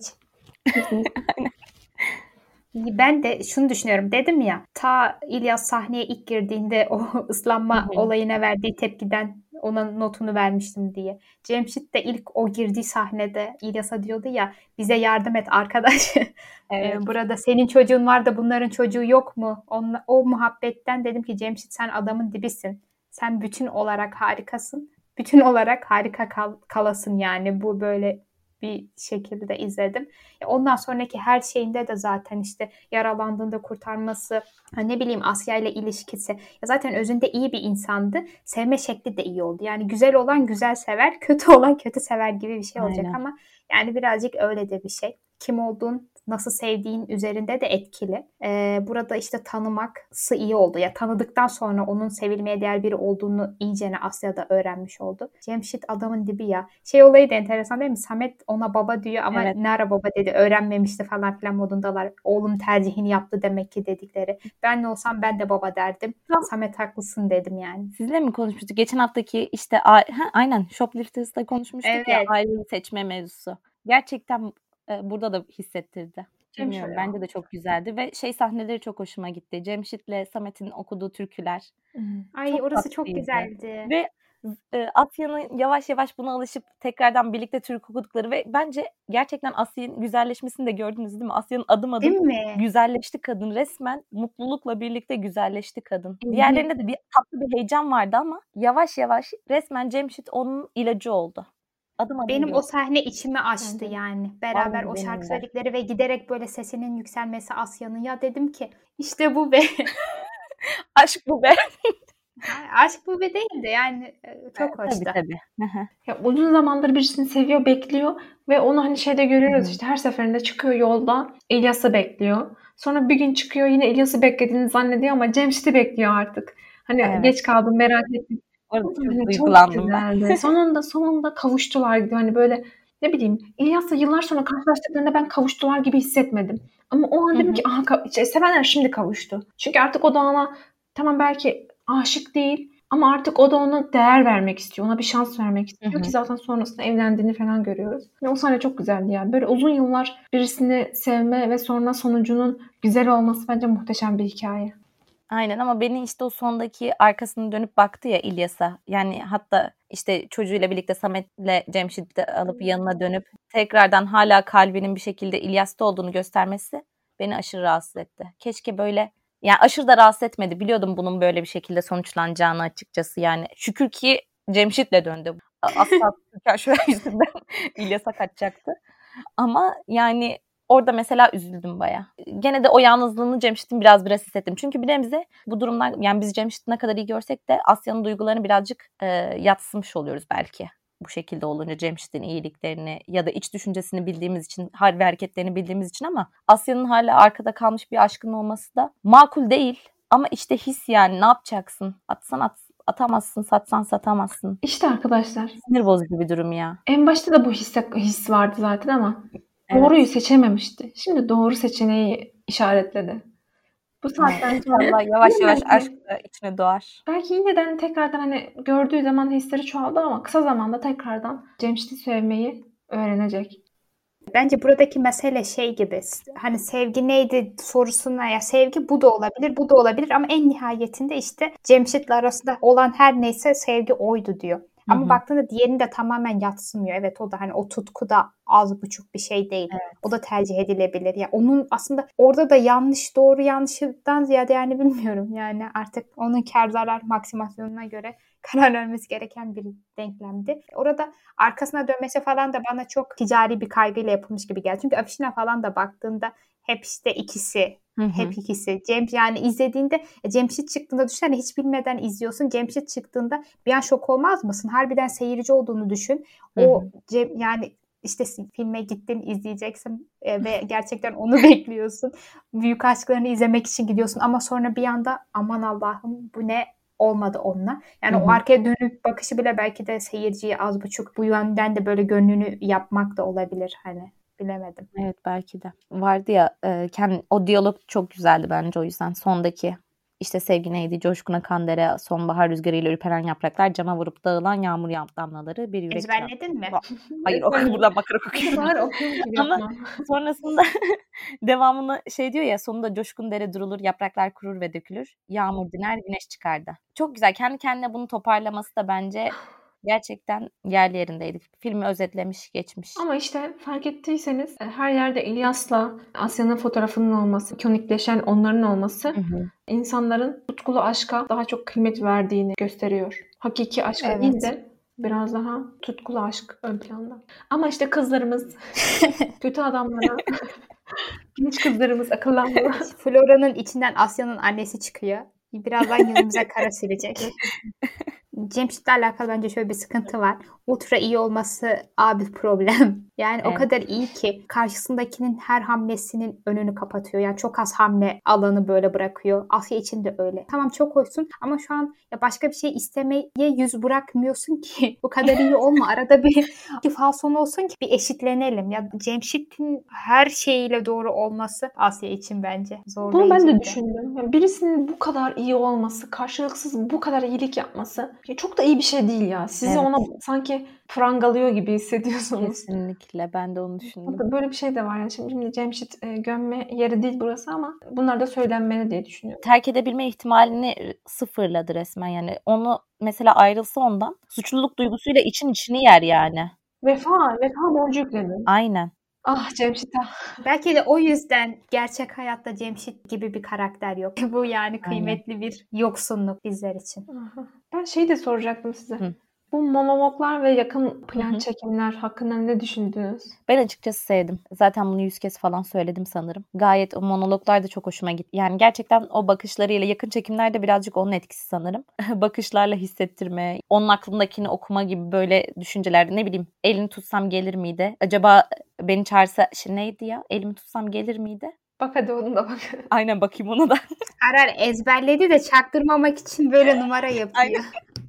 Ben de şunu düşünüyorum. Dedim ya, ta İlyas sahneye ilk girdiğinde o ıslanma olayına verdiği tepkiden ona notunu vermiştim diye. Cemşit de ilk o girdiği sahnede İlyas'a diyordu ya, bize yardım et arkadaş. Evet. Burada senin çocuğun var da bunların çocuğu yok mu? O muhabbetten dedim ki Cemşit, sen adamın dibisin. Sen bütün olarak harikasın. Bütün olarak harika kalasın yani. Bu böyle bir şekilde izledim. Ondan sonraki her şeyinde de zaten işte yaralandığında kurtarması, ne bileyim Asya ile ilişkisi. Ya zaten özünde iyi bir insandı. Sevme şekli de iyi oldu. Yani güzel olan güzel sever, kötü olan kötü sever gibi bir şey olacak. Aynen. Ama yani birazcık öyle de bir şey. Kim olduğun, nasıl sevdiğin üzerinde de etkili. Burada işte tanıması iyi oldu. Ya tanıdıktan sonra onun sevilmeye değer biri olduğunu iyicene Asya'da öğrenmiş oldu. Cemşit adamın dibi ya. Olayı da enteresan değil mi? Samet ona baba diyor ama Evet. ne ara baba dedi, öğrenmemişti falan filan modundalar. Oğlum tercihini yaptı demek ki dedikleri. Ben ne olsam ben de baba derdim. Samet haklısın dedim yani. Sizle mi konuşmuştuk? Geçen haftaki işte aynen Shoplifters'da konuşmuştuk ya, Evet. aileyi seçme mevzusu. Gerçekten burada da hissettirdi. Bilmiyorum, Cemşit ya. bence de çok güzeldi ve sahneleri çok hoşuma gitti. Cemşit'le Samet'in okuduğu türküler Ay çok orası çok tatlıydı. güzeldi. Ve Asya'nın yavaş yavaş buna alışıp tekrardan birlikte türkü okudukları ve bence gerçekten Asya'nın güzelleşmesini de gördünüz değil mi? Asya'nın adım adım Değil mi? güzelleşti kadın. Resmen mutlulukla birlikte güzelleşti kadın. Evet. Diğerlerinde de bir tatlı bir heyecan vardı ama yavaş yavaş resmen Cemşit onun ilacı oldu. Adım adım Benim o gördüm. sahne içimi açtı Bence de. yani. Beraber Ay, o benim şarkı de. söyledikleri ve giderek böyle sesinin yükselmesi Asya'nın. Ya dedim ki işte bu be. Aşk bu be. Aşk bu be değil de yani çok hoştu. Tabii. Ya uzun zamandır birisini seviyor, bekliyor ve onu hani şeyde görüyoruz işte her seferinde çıkıyor yolda İlyas'ı bekliyor. Sonra bir gün çıkıyor yine İlyas'ı beklediğini zannediyor ama Cemşit'i bekliyor artık. Hani Evet. geç kaldım, merak ettim. Orada çok Hani duygulandım ben. güzeldi. Sonunda kavuştular gibi. Hani böyle ne bileyim İlyas'la yıllar sonra karşılaştıklarında ben kavuştular gibi hissetmedim. Ama o an dedim ki aha sevenler şimdi kavuştu. Çünkü artık o da ona tamam belki aşık değil ama artık o da ona değer vermek istiyor. Ona bir şans vermek istiyor ki zaten sonrasında evlendiğini falan görüyoruz. Ve o sahne çok güzeldi yani. Böyle uzun yıllar birisini sevme ve sonra sonucunun güzel olması bence muhteşem bir hikaye. Aynen ama beni işte o sondaki arkasını dönüp baktı ya İlyas'a. Yani hatta işte çocuğuyla birlikte Samet'le Cemşit'i alıp yanına dönüp tekrardan hala kalbinin bir şekilde İlyas'ta olduğunu göstermesi beni aşırı rahatsız etti. Keşke böyle, yani aşırı da rahatsız etmedi. Biliyordum bunun böyle bir şekilde sonuçlanacağını açıkçası yani. Şükür ki Cemşit'le döndü. Asla Türkan Şoray yüzünden İlyas'a kaçacaktı. Ama yani orada mesela üzüldüm bayağı. Gene de o yalnızlığını Cemşit'in biraz hissettim. Çünkü bir nebze bu durumdan, yani biz Cemşit'i ne kadar iyi görsek de Asya'nın duygularını birazcık yatsımış oluyoruz belki. bu şekilde olunca Cemşit'in iyiliklerini ya da iç düşüncesini bildiğimiz için, hal ve hareketlerini bildiğimiz için, ama Asya'nın hala arkada kalmış bir aşkın olması da makul değil. Ama işte his, yani ne yapacaksın? Atsan atamazsın, satsan satamazsın. İşte arkadaşlar. Sinir bozucu bir durum ya. En başta da bu his vardı zaten ama doğruyu seçememişti. Şimdi doğru seçeneği işaretledi. Bu saatten sonra yavaş yavaş aşk da içine doğar. Belki yine tekrardan hani gördüğü zaman hisleri çoğaldı ama kısa zamanda tekrardan Cemşit'i sevmeyi öğrenecek. Bence buradaki mesele şey gibi, hani sevgi neydi sorusuna, ya sevgi bu da olabilir, bu da olabilir ama en nihayetinde işte Cemşit'le arasında olan her neyse sevgi oydu diyor. Ama baktığında diğerini de tamamen yadsımıyor. Evet, o da hani o tutku da az buçuk bir şey değil. Evet. O da tercih edilebilir. Ya onun aslında orada da yanlış doğru yanlışından ziyade yani bilmiyorum. Yani artık onun kar zarar maksimasyonuna göre karar vermesi gereken bir denklemdi. Orada arkasına dönmesi falan da bana çok ticari bir kaygıyla yapılmış gibi geldi. Çünkü afişine falan da baktığında hep işte ikisi. Hep ikisi. Yani izlediğinde Cemşit çıktığında düşün, hani hiç bilmeden izliyorsun. Cemşit çıktığında bir an şok olmaz mısın? Harbiden seyirci olduğunu düşün. O yani işte filme gittin, izleyeceksin ve gerçekten onu bekliyorsun. Büyük aşklarını izlemek için gidiyorsun ama sonra bir anda aman Allah'ım bu ne, olmadı onunla. Yani o arkaya dönük bakışı bile belki de seyirciyi az buçuk bu yönden de böyle gönlünü yapmak da olabilir hani. Bilemedim. Evet, belki de. Vardı ya o diyalog çok güzeldi bence, o yüzden. Sondaki işte sevgi neydi? Coşkun akan dere, sonbahar rüzgarıyla ürperen yapraklar, cama vurup dağılan yağmur damlaları, bir yürek. Ezberledin mi? Hayır, buradan bakarak okuyorum. Ama sonrasında devamını şey diyor ya, sonunda coşkun dere durulur, yapraklar kurur ve dökülür, yağmur diner, güneş çıkardı. Çok güzel. Kendi kendine bunu toparlaması da bence gerçekten yerli yerindeydi. Filmi özetlemiş, geçmiş. Ama işte fark ettiyseniz her yerde İlyas'la Asya'nın fotoğrafının olması, ikonikleşen onların olması insanların tutkulu aşka daha çok kıymet verdiğini gösteriyor. Hakiki aşka değil de biraz daha tutkulu aşk ön planda. Ama işte kızlarımız kötü adamlara, genç kızlarımız akıllanmıyor. Flora'nın içinden Asya'nın annesi çıkıyor. Birazdan yüzümüze kara silecek. Cemşit'le alakalı bence şöyle bir sıkıntı var. Ultra iyi olması abi problem. Yani o kadar iyi ki karşısındakinin her hamlesinin önünü kapatıyor. Yani çok az hamle alanı böyle bırakıyor. Asya için de öyle. Tamam, çok hoşsun ama şu an ya başka bir şey istemeye yüz bırakmıyorsun ki. Bu kadar iyi olma. Arada bir falson olsun ki bir eşitlenelim. Ya Cemşit'in her şeyiyle doğru olması Asya için bence zorlayıcı. Bunu ben de düşündüm. Yani birisinin bu kadar iyi olması, karşılıksız bu kadar iyilik yapması çok da iyi bir şey değil ya. Sizi ona sanki prangalıyor gibi hissediyorsunuz. Kesinlikle. Ben de onu düşündüm. Böyle bir şey de var yani. Şimdi Cemşit gömme yeri değil burası ama bunlar da söylenmeli diye düşünüyorum. Terk edebilme ihtimalini sıfırladı resmen yani. Onu mesela ayrılsa ondan, suçluluk duygusuyla içini yer yani. Vefa borcu yükledi. Aynen. Ah Cemşit Belki de o yüzden gerçek hayatta Cemşit gibi bir karakter yok. Bu yani kıymetli bir yoksunluk bizler için. Ben şeyi de soracaktım size. Bu monologlar ve yakın plan çekimler hakkında ne düşündünüz? Ben açıkçası sevdim. Zaten bunu 100 kez falan söyledim sanırım. Gayet o monologlar da çok hoşuma gitti. Yani gerçekten o bakışlarıyla, yakın çekimler de birazcık onun etkisi sanırım. Bakışlarla hissettirme, onun aklındakini okuma gibi böyle düşüncelerde, ne bileyim, elini tutsam gelir miydi? Acaba beni çağırsa neydi ya? Elimi tutsam gelir miydi? Bak hadi onu da bak. Aynen, bakayım ona da. Arar ezberledi de çaktırmamak için böyle numara yapıyor. Aynen.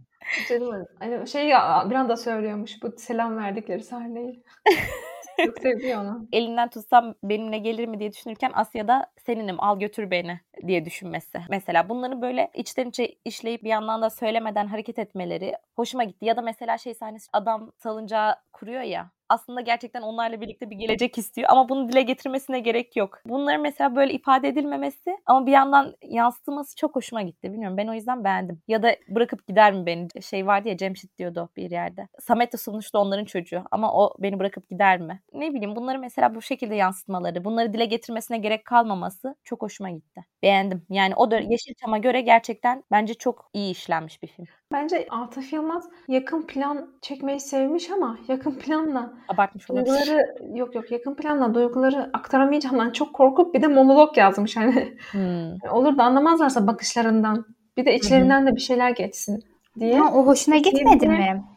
Canım, hani bir anda söylüyormuş bu selam verdikleri sahneyi. Çok seviyor onu. Elinden tutsam benimle gelir mi diye düşünürken Asya'da seninim, al götür beni diye düşünmesi. Mesela bunları böyle içten içe işleyip bir yandan da söylemeden hareket etmeleri hoşuma gitti. Ya da mesela sahnesi, adam salıncağı kuruyor ya. Aslında gerçekten onlarla birlikte bir gelecek istiyor ama bunu dile getirmesine gerek yok. Bunların mesela böyle ifade edilmemesi ama bir yandan yansıtılması çok hoşuma gitti. Bilmiyorum, ben o yüzden beğendim. Ya da bırakıp gider mi beni? Vardı ya, Cemşit diyordu bir yerde. Samet de sonuçta onların çocuğu ama o beni bırakıp gider mi? Ne bileyim, bunları mesela bu şekilde yansıtmaları, bunları dile getirmesine gerek kalmaması çok hoşuma gitti. Beğendim. Yani o da Yeşilçam'a göre gerçekten bence çok iyi işlenmiş bir film. Bence Atıf Yılmaz yakın plan çekmeyi sevmiş ama yakın planla abartmış olabilir. Yakın planla duyguları aktaramayacağından çok korkup bir de monolog yazmış hani. Olur da anlamazlarsa bakışlarından, bir de içlerinden de bir şeyler geçsin diye. O hoşuna gitmedi mi?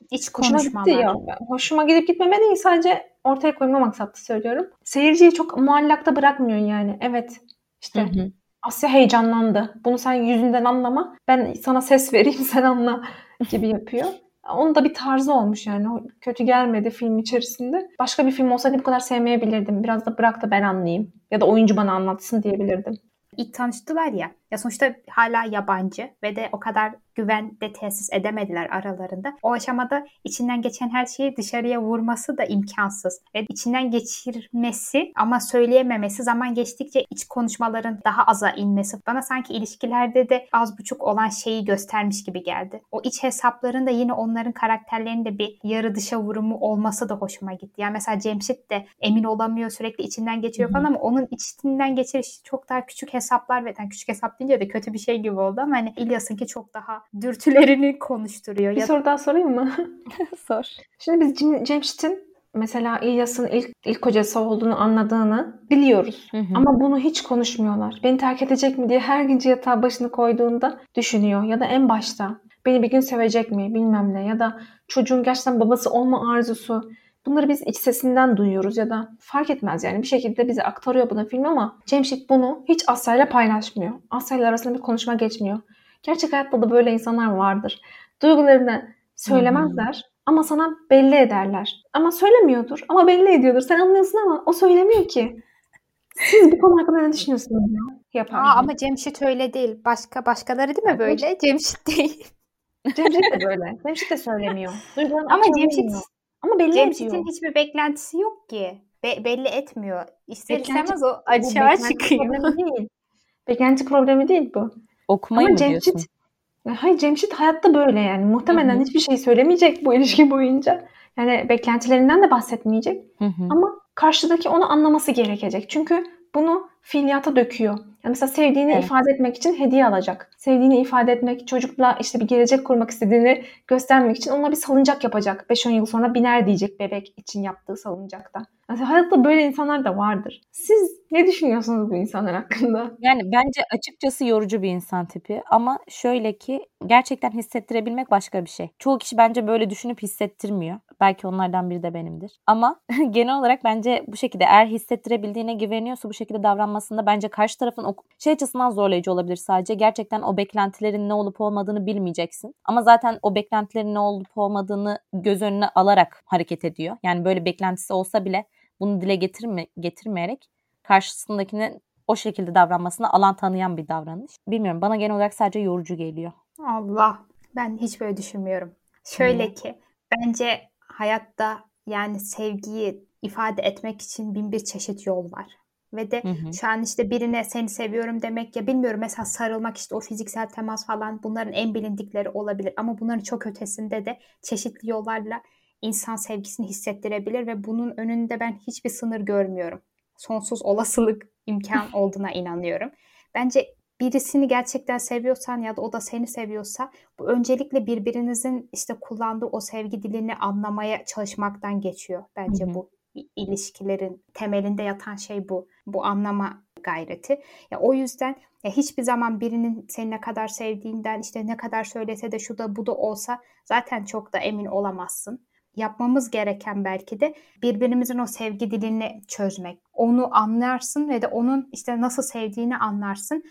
İç Hoşuma gitti konuşmalar. ya. Hoşuma gidip gitmeme değil, sadece ortaya koyma maksatlı söylüyorum. Seyirciyi çok muallakta bırakmıyor yani. Evet işte Asya heyecanlandı. Bunu sen yüzünden anlama. Ben sana ses vereyim, sen anla gibi yapıyor. Onun da bir tarzı olmuş yani. O kötü gelmedi film içerisinde. Başka bir film olsaydı bu kadar sevmeyebilirdim. Biraz da bırak da ben anlayayım. Ya da oyuncu bana anlatsın diyebilirdim. İlk tanıştılar ya. Ya sonuçta hala yabancı ve de o kadar güven de tesis edemediler aralarında. O aşamada içinden geçen her şeyi dışarıya vurması da imkansız. Ve içinden geçirmesi ama söyleyememesi, zaman geçtikçe iç konuşmaların daha aza inmesi bana sanki ilişkilerde de az buçuk olan şeyi göstermiş gibi geldi. O iç hesapların da yine onların karakterlerinde bir yarı dışa vurumu olması da hoşuma gitti. Yani mesela Cemşit de emin olamıyor, sürekli içinden geçiyor falan ama onun içinden geçirişi çok daha küçük hesaplar ve yani küçük hesap deyince de kötü bir şey gibi oldu ama hani İlyas'ınki çok daha dürtülerini konuşturuyor. Bir soru daha sorayım mı? Sor. Şimdi biz Cemşit'in mesela İlyas'ın ilk kocası olduğunu anladığını biliyoruz. Ama bunu hiç konuşmuyorlar. Beni terk edecek mi diye her gece yatağa başını koyduğunda düşünüyor. Ya da en başta beni bir gün sevecek mi bilmem ne. Ya da çocuğun gerçekten babası olma arzusu. Bunları biz iç sesinden duyuyoruz ya da fark etmez yani bir şekilde bize aktarıyor bunu film ama Cemşit bunu hiç Asya'yla paylaşmıyor. Asya'yla arasında bir konuşma geçmiyor. Gerçek hayatta da böyle insanlar vardır. Duygularını söylemezler ama sana belli ederler. Ama söylemiyordur ama belli ediyordur. Sen anlıyorsun ama o söylemiyor ki. Siz bu konu hakkında ne düşünüyorsunuz ya? Yapar. Ama Cemşit öyle değil. Başkaları değil mi böyle? Cemşit değil. Cemşit de böyle. Cemşit de söylemiyor. Duygularını Ama aktarmıyor. Ama belli Cemşit'in ediyor. hiçbir beklentisi yok ki. Belli etmiyor. İster Beklenti- istemez o Bu açığa beklenti çıkıyor. problemi değil. Beklenti problemi değil bu. Okumayı Ama mı diyorsun? Hayır, Cemşit hayatta böyle yani. Muhtemelen hiçbir şey söylemeyecek bu ilişki boyunca. Yani beklentilerinden de bahsetmeyecek. Ama karşıdaki onu anlaması gerekecek. Çünkü bunu fiiliyata döküyor. Yani mesela sevdiğini ifade etmek için hediye alacak. Sevdiğini ifade etmek, çocukla işte bir gelecek kurmak istediğini göstermek için ona bir salıncak yapacak. 5-10 yıl sonra biner diyecek bebek için yaptığı salıncakta. Yani hayatta böyle insanlar da vardır. Siz ne düşünüyorsunuz bu insanlar hakkında? Yani bence açıkçası yorucu bir insan tipi ama şöyle ki gerçekten hissettirebilmek başka bir şey. Çoğu kişi bence böyle düşünüp hissettirmiyor. Belki onlardan biri de benimdir. Ama genel olarak bence bu şekilde eğer hissettirebildiğine güveniyorsa bu şekilde davranmasında bence karşı tarafın şey açısından zorlayıcı olabilir sadece. Gerçekten o beklentilerin ne olup olmadığını bilmeyeceksin. Ama zaten o beklentilerin ne olup olmadığını göz önüne alarak hareket ediyor. Yani böyle beklentisi olsa bile bunu dile getirmeyerek karşısındakinin o şekilde davranmasına alan tanıyan bir davranış. Bilmiyorum, bana genel olarak sadece yorucu geliyor. Allah, ben hiç böyle düşünmüyorum. Şöyle ki bence hayatta yani sevgiyi ifade etmek için bin bir çeşit yol var. Ve de şu an işte birine seni seviyorum demek ya bilmiyorum mesela sarılmak işte o fiziksel temas falan bunların en bilindikleri olabilir. Ama bunların çok ötesinde de çeşitli yollarla insan sevgisini hissettirebilir ve bunun önünde ben hiçbir sınır görmüyorum. Sonsuz olasılık imkan olduğuna inanıyorum. Bence birisini gerçekten seviyorsan ya da o da seni seviyorsa bu öncelikle birbirinizin işte kullandığı o sevgi dilini anlamaya çalışmaktan geçiyor. Bence bu ilişkilerin temelinde yatan şey bu. Bu anlama gayreti. Ya o yüzden ya hiçbir zaman birinin seni ne kadar sevdiğinden işte ne kadar söylese de şu da bu da olsa zaten çok da emin olamazsın. Yapmamız gereken belki de birbirimizin o sevgi dilini çözmek. Onu anlarsın ve de onun işte nasıl sevdiğini anlarsın.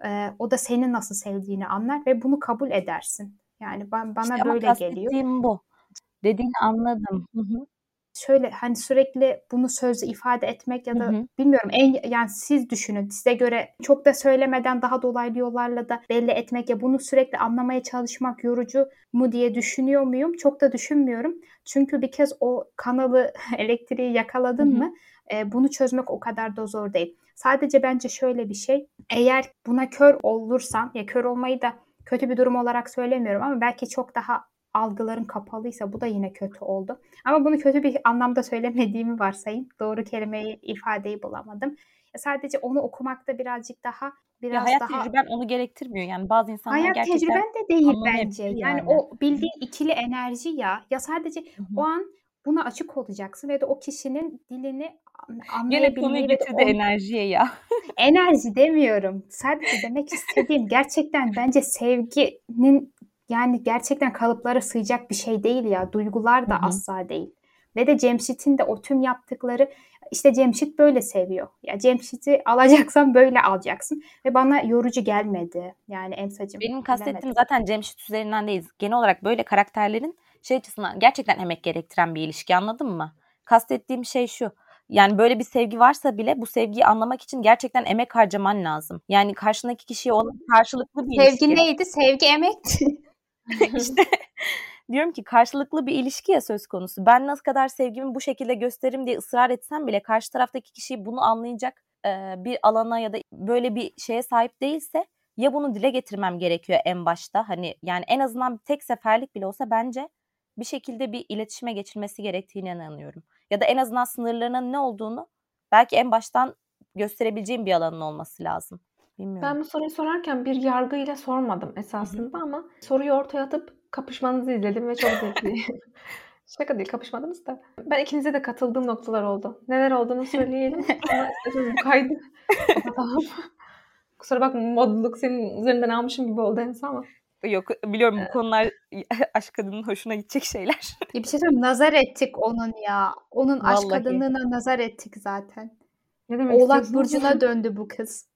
O da seni nasıl sevdiğini anlar ve bunu kabul edersin. Yani bana İşte ama böyle geliyor. kastettiğim bu. Dediğini anladım. Şöyle hani sürekli bunu sözle ifade etmek ya da bilmiyorum yani siz düşünün size göre çok da söylemeden daha dolaylı yollarla da belli etmek ya bunu sürekli anlamaya çalışmak yorucu mu diye düşünüyor muyum? Çok da düşünmüyorum. Çünkü bir kez o kanalı elektriği yakaladın mı bunu çözmek o kadar da zor değil. Sadece bence şöyle bir şey eğer buna kör olursan ya kör olmayı da kötü bir durum olarak söylemiyorum ama belki çok daha algıların kapalıysa bu da yine kötü oldu. Ama bunu kötü bir anlamda söylemediğimi varsayın. Doğru kelimeyi, ifadeyi bulamadım. Sadece onu okumakta birazcık daha hayat tecrüben onu gerektirmiyor. Yani bazı insanlar hayat gerçekten tecrüben de değil bence. anlamayabilir Yani o bildiğin ikili enerji ya. Ya sadece o an buna açık olacaksın ve de o kişinin dilini Yine konuyu anlayabilmeyi ve de getirdi enerjiye ya. enerji demiyorum. Sadece demek istediğim gerçekten bence sevginin yani gerçekten kalıplara sığacak bir şey değil ya. Duygular da Hı hı. asla değil. Ve de Cemşit'in de o tüm yaptıkları, işte Cemşit böyle seviyor. Ya Cemşit'i alacaksan böyle alacaksın. Ve bana yorucu gelmedi. Yani Emsacığım, Benim kastettiğim bilemedim. zaten Cemşit üzerinden değil. Genel olarak böyle karakterlerin şey açısından gerçekten emek gerektiren bir ilişki, anladın mı? Kastettiğim şey şu. Yani böyle bir sevgi varsa bile bu sevgiyi anlamak için gerçekten emek harcaman lazım. Yani karşındaki kişiye olan karşılıklı bir Sevgi ilişki. neydi? Sevgi emekti. İşte diyorum ki karşılıklı bir ilişki ya söz konusu. Ben nasıl kadar sevgimi bu şekilde gösteririm diye ısrar etsem bile karşı taraftaki kişi bunu anlayacak bir alana ya da böyle bir şeye sahip değilse ya bunu dile getirmem gerekiyor en başta. Hani yani en azından bir tek seferlik bile olsa bence bir şekilde bir iletişime geçilmesi gerektiğine inanıyorum. Ya da en azından sınırlarının ne olduğunu belki en baştan gösterebileceğim bir alanın olması lazım. Bilmiyorum. Ben bu soruyu sorarken bir yargıyla sormadım esasında ama soruyu ortaya atıp kapışmanızı izledim ve çok zevkli. Şaka değil, kapışmadınız da. Ben ikinize de katıldığım noktalar oldu. Neler olduğunu söyleyelim. Sonra isterseniz bu kaydı kapatalım. Kusura bakma, modluk senin üzerinden almışım gibi oldu Ems ama. Yok, biliyorum bu konular aşk kadının hoşuna gidecek şeyler. Bir şey söyleyeyim, nazar ettik onun ya. Onun aşk Vallahi. kadınlığına nazar ettik zaten. Ne demek Oğlak istiyorsunuz? burcuna döndü bu kız.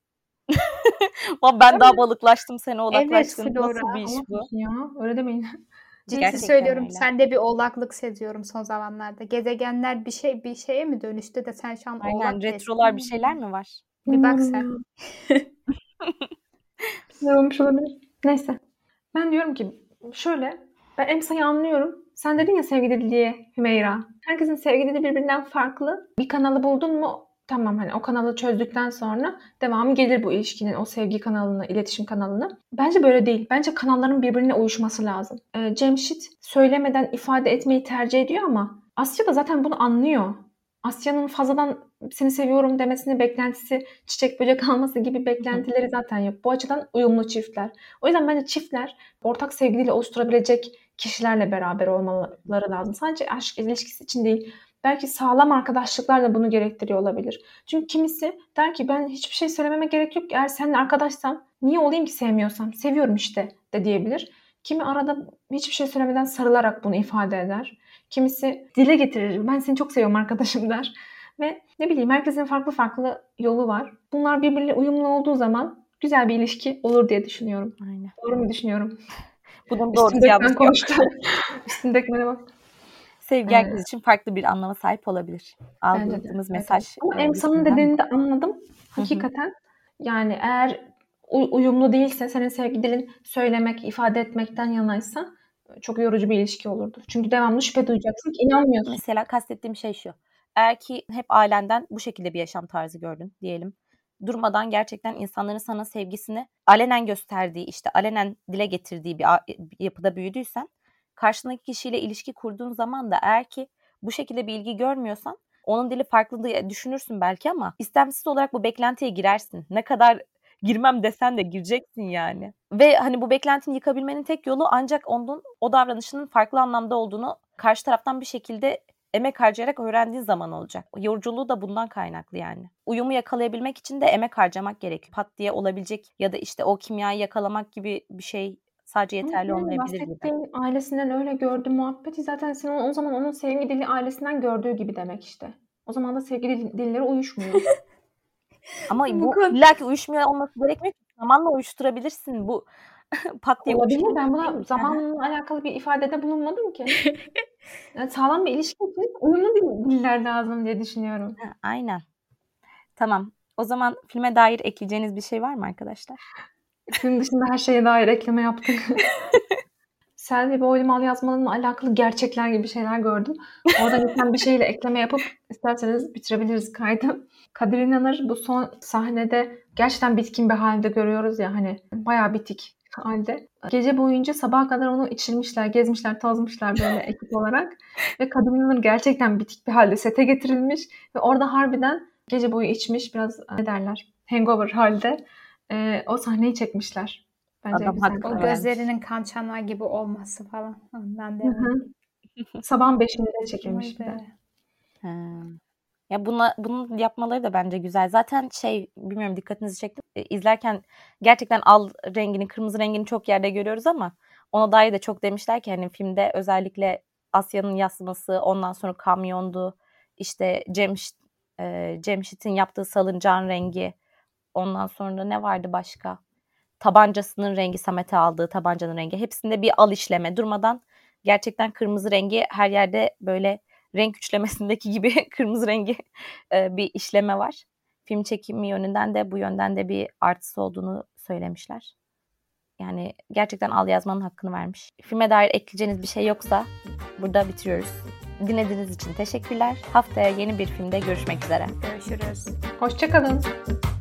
Ben daha balıklaştım, sen Evet oğlaklaştın. Flora. Nasıl bir iş Allah bu? korusun ya. Öyle demeyin. Ciddi Gerçekten söylüyorum, öyle. sende bir oğlaklık seziyorum son zamanlarda. Gezegenler bir şeye mi dönüştü de sen şu an Aynen, oğlak retrolar bir şeyler mi var? Bir bak Bilmiyorum sen. ya. Ne olmuş olabilir? Neyse. Ben diyorum ki şöyle. Ben Emsa'yı anlıyorum. Sen dedin ya sevgi dili diye Hümeyra. Herkesin sevgi dili birbirinden farklı. Bir kanalı buldun mu tamam, hani o kanalı çözdükten sonra devamı gelir bu ilişkinin, o sevgi kanalına, iletişim kanalına. Bence böyle değil. Bence kanalların birbirine uyuşması lazım. Cemşit söylemeden ifade etmeyi tercih ediyor ama Asya da zaten bunu anlıyor. Asya'nın fazladan seni seviyorum demesini, beklentisi, çiçek böcek alması gibi beklentileri zaten yok. Bu açıdan uyumlu çiftler. O yüzden bence çiftler ortak sevgiliyle oluşturabilecek kişilerle beraber olmaları lazım. Sadece aşk ilişkisi için değil. Belki sağlam arkadaşlıklar da bunu gerektiriyor olabilir. Çünkü kimisi der ki ben hiçbir şey söylememe gerek yok. Eğer seninle arkadaşsam niye olayım ki sevmiyorsam? Seviyorum işte de diyebilir. Kimi arada hiçbir şey söylemeden sarılarak bunu ifade eder. Kimisi dile getirir. Ben seni çok seviyorum arkadaşım der. Ve ne bileyim, herkesin farklı farklı yolu var. Bunlar birbiriyle uyumlu olduğu zaman güzel bir ilişki olur diye düşünüyorum. Aynen. Doğru mu düşünüyorum? Bunun doğru Üstümdekten cevabı yok. konuştu. Üstümdekine bak. Sevgi herkes için farklı bir anlama sahip olabilir. Aldığımız mesaj. Ama Emsa'nın dediğini de anladım. Hakikaten. Yani eğer uyumlu değilse, senin sevgi dilin söylemek, ifade etmekten yanaysa çok yorucu bir ilişki olurdu. Çünkü devamlı şüphe duyacaksın ki inanmıyorsun. Mesela kastettiğim şey şu. Eğer ki hep ailenden bu şekilde bir yaşam tarzı gördün diyelim. Durmadan gerçekten insanların sana sevgisini alenen gösterdiği, işte alenen dile getirdiği bir yapıda büyüdüysen, karşındaki kişiyle ilişki kurduğun zaman da eğer ki bu şekilde bir ilgi görmüyorsan, onun dili farklı diye düşünürsün belki ama istemsiz olarak bu beklentiye girersin. Ne kadar girmem desen de gireceksin yani. Ve hani bu beklentini yıkabilmenin tek yolu ancak onun o davranışının farklı anlamda olduğunu karşı taraftan bir şekilde emek harcayarak öğrendiğin zaman olacak. Yoruculuğu da bundan kaynaklı yani. Uyumu yakalayabilmek için de emek harcamak gerekiyor. Pat diye olabilecek ya da işte o kimyayı yakalamak gibi bir şey sadece yeterli olmayabilir gibi. Bahsettiğin ailesinden öyle gördü muhabbeti zaten senin o zaman onun sevgi dili ailesinden gördüğü gibi demek işte. O zaman da sevgi dilleri uyuşmuyor. Ama bu illaki uyuşmuyor olması gerekmiyor ki. Zamanla uyuşturabilirsin. Bu pat diye olabilir. uyuşmuyor. Ben buna zamanla alakalı bir ifadede bulunmadım ki. Yani sağlam bir ilişki için uyumlu diller lazım diye düşünüyorum. Aynen. Tamam. O zaman filme dair ekleyeceğiniz bir şey var mı arkadaşlar? Film dışında her şeye dair ekleme yaptık. Selvi Boylum Alyazmalı'nın alakalı gerçekler gibi şeyler gördüm. Oradan lütfen bir şeyle ekleme yapıp isterseniz bitirebiliriz kaydı. Kadir İnanır bu son sahnede gerçekten bitkin bir halde görüyoruz ya, hani bayağı bitik halde. Gece boyunca sabaha kadar onu içirmişler, gezmişler, tozmuşlar böyle ekip olarak. Ve Kadir İnanır gerçekten bitik bir halde sete getirilmiş. Ve orada harbiden gece boyu içmiş, biraz ne derler, hangover halde o sahneyi çekmişler. Bence Adam güzel. haklı. O gözlerinin kan çanağı gibi olması falan. Ondan devam. Sabahın 5'inde çekilmiş bir de. Ya bunu yapmaları da bence güzel. Zaten bilmiyorum dikkatinizi çekti. İzlerken gerçekten al rengini, kırmızı rengini çok yerde görüyoruz ama Ona dair de çok demişler ki hani filmde özellikle Asya'nın yasması, ondan sonra kamyondu, işte Cemşit'in yaptığı salıncağın rengi, ondan sonra ne vardı başka? Tabancasının rengi, Samet'e aldığı tabancanın rengi. Hepsinde bir al işleme durmadan gerçekten kırmızı rengi her yerde böyle renk üçlemesindeki gibi kırmızı rengi bir işleme var. Film çekimi yönünden de bu yönden de bir artısı olduğunu söylemişler. Yani gerçekten al yazmanın hakkını vermiş. Filme dair ekleyeceğiniz bir şey yoksa burada bitiriyoruz. Dinlediğiniz için teşekkürler. Haftaya yeni bir filmde görüşmek üzere. Görüşürüz. Hoşça kalın.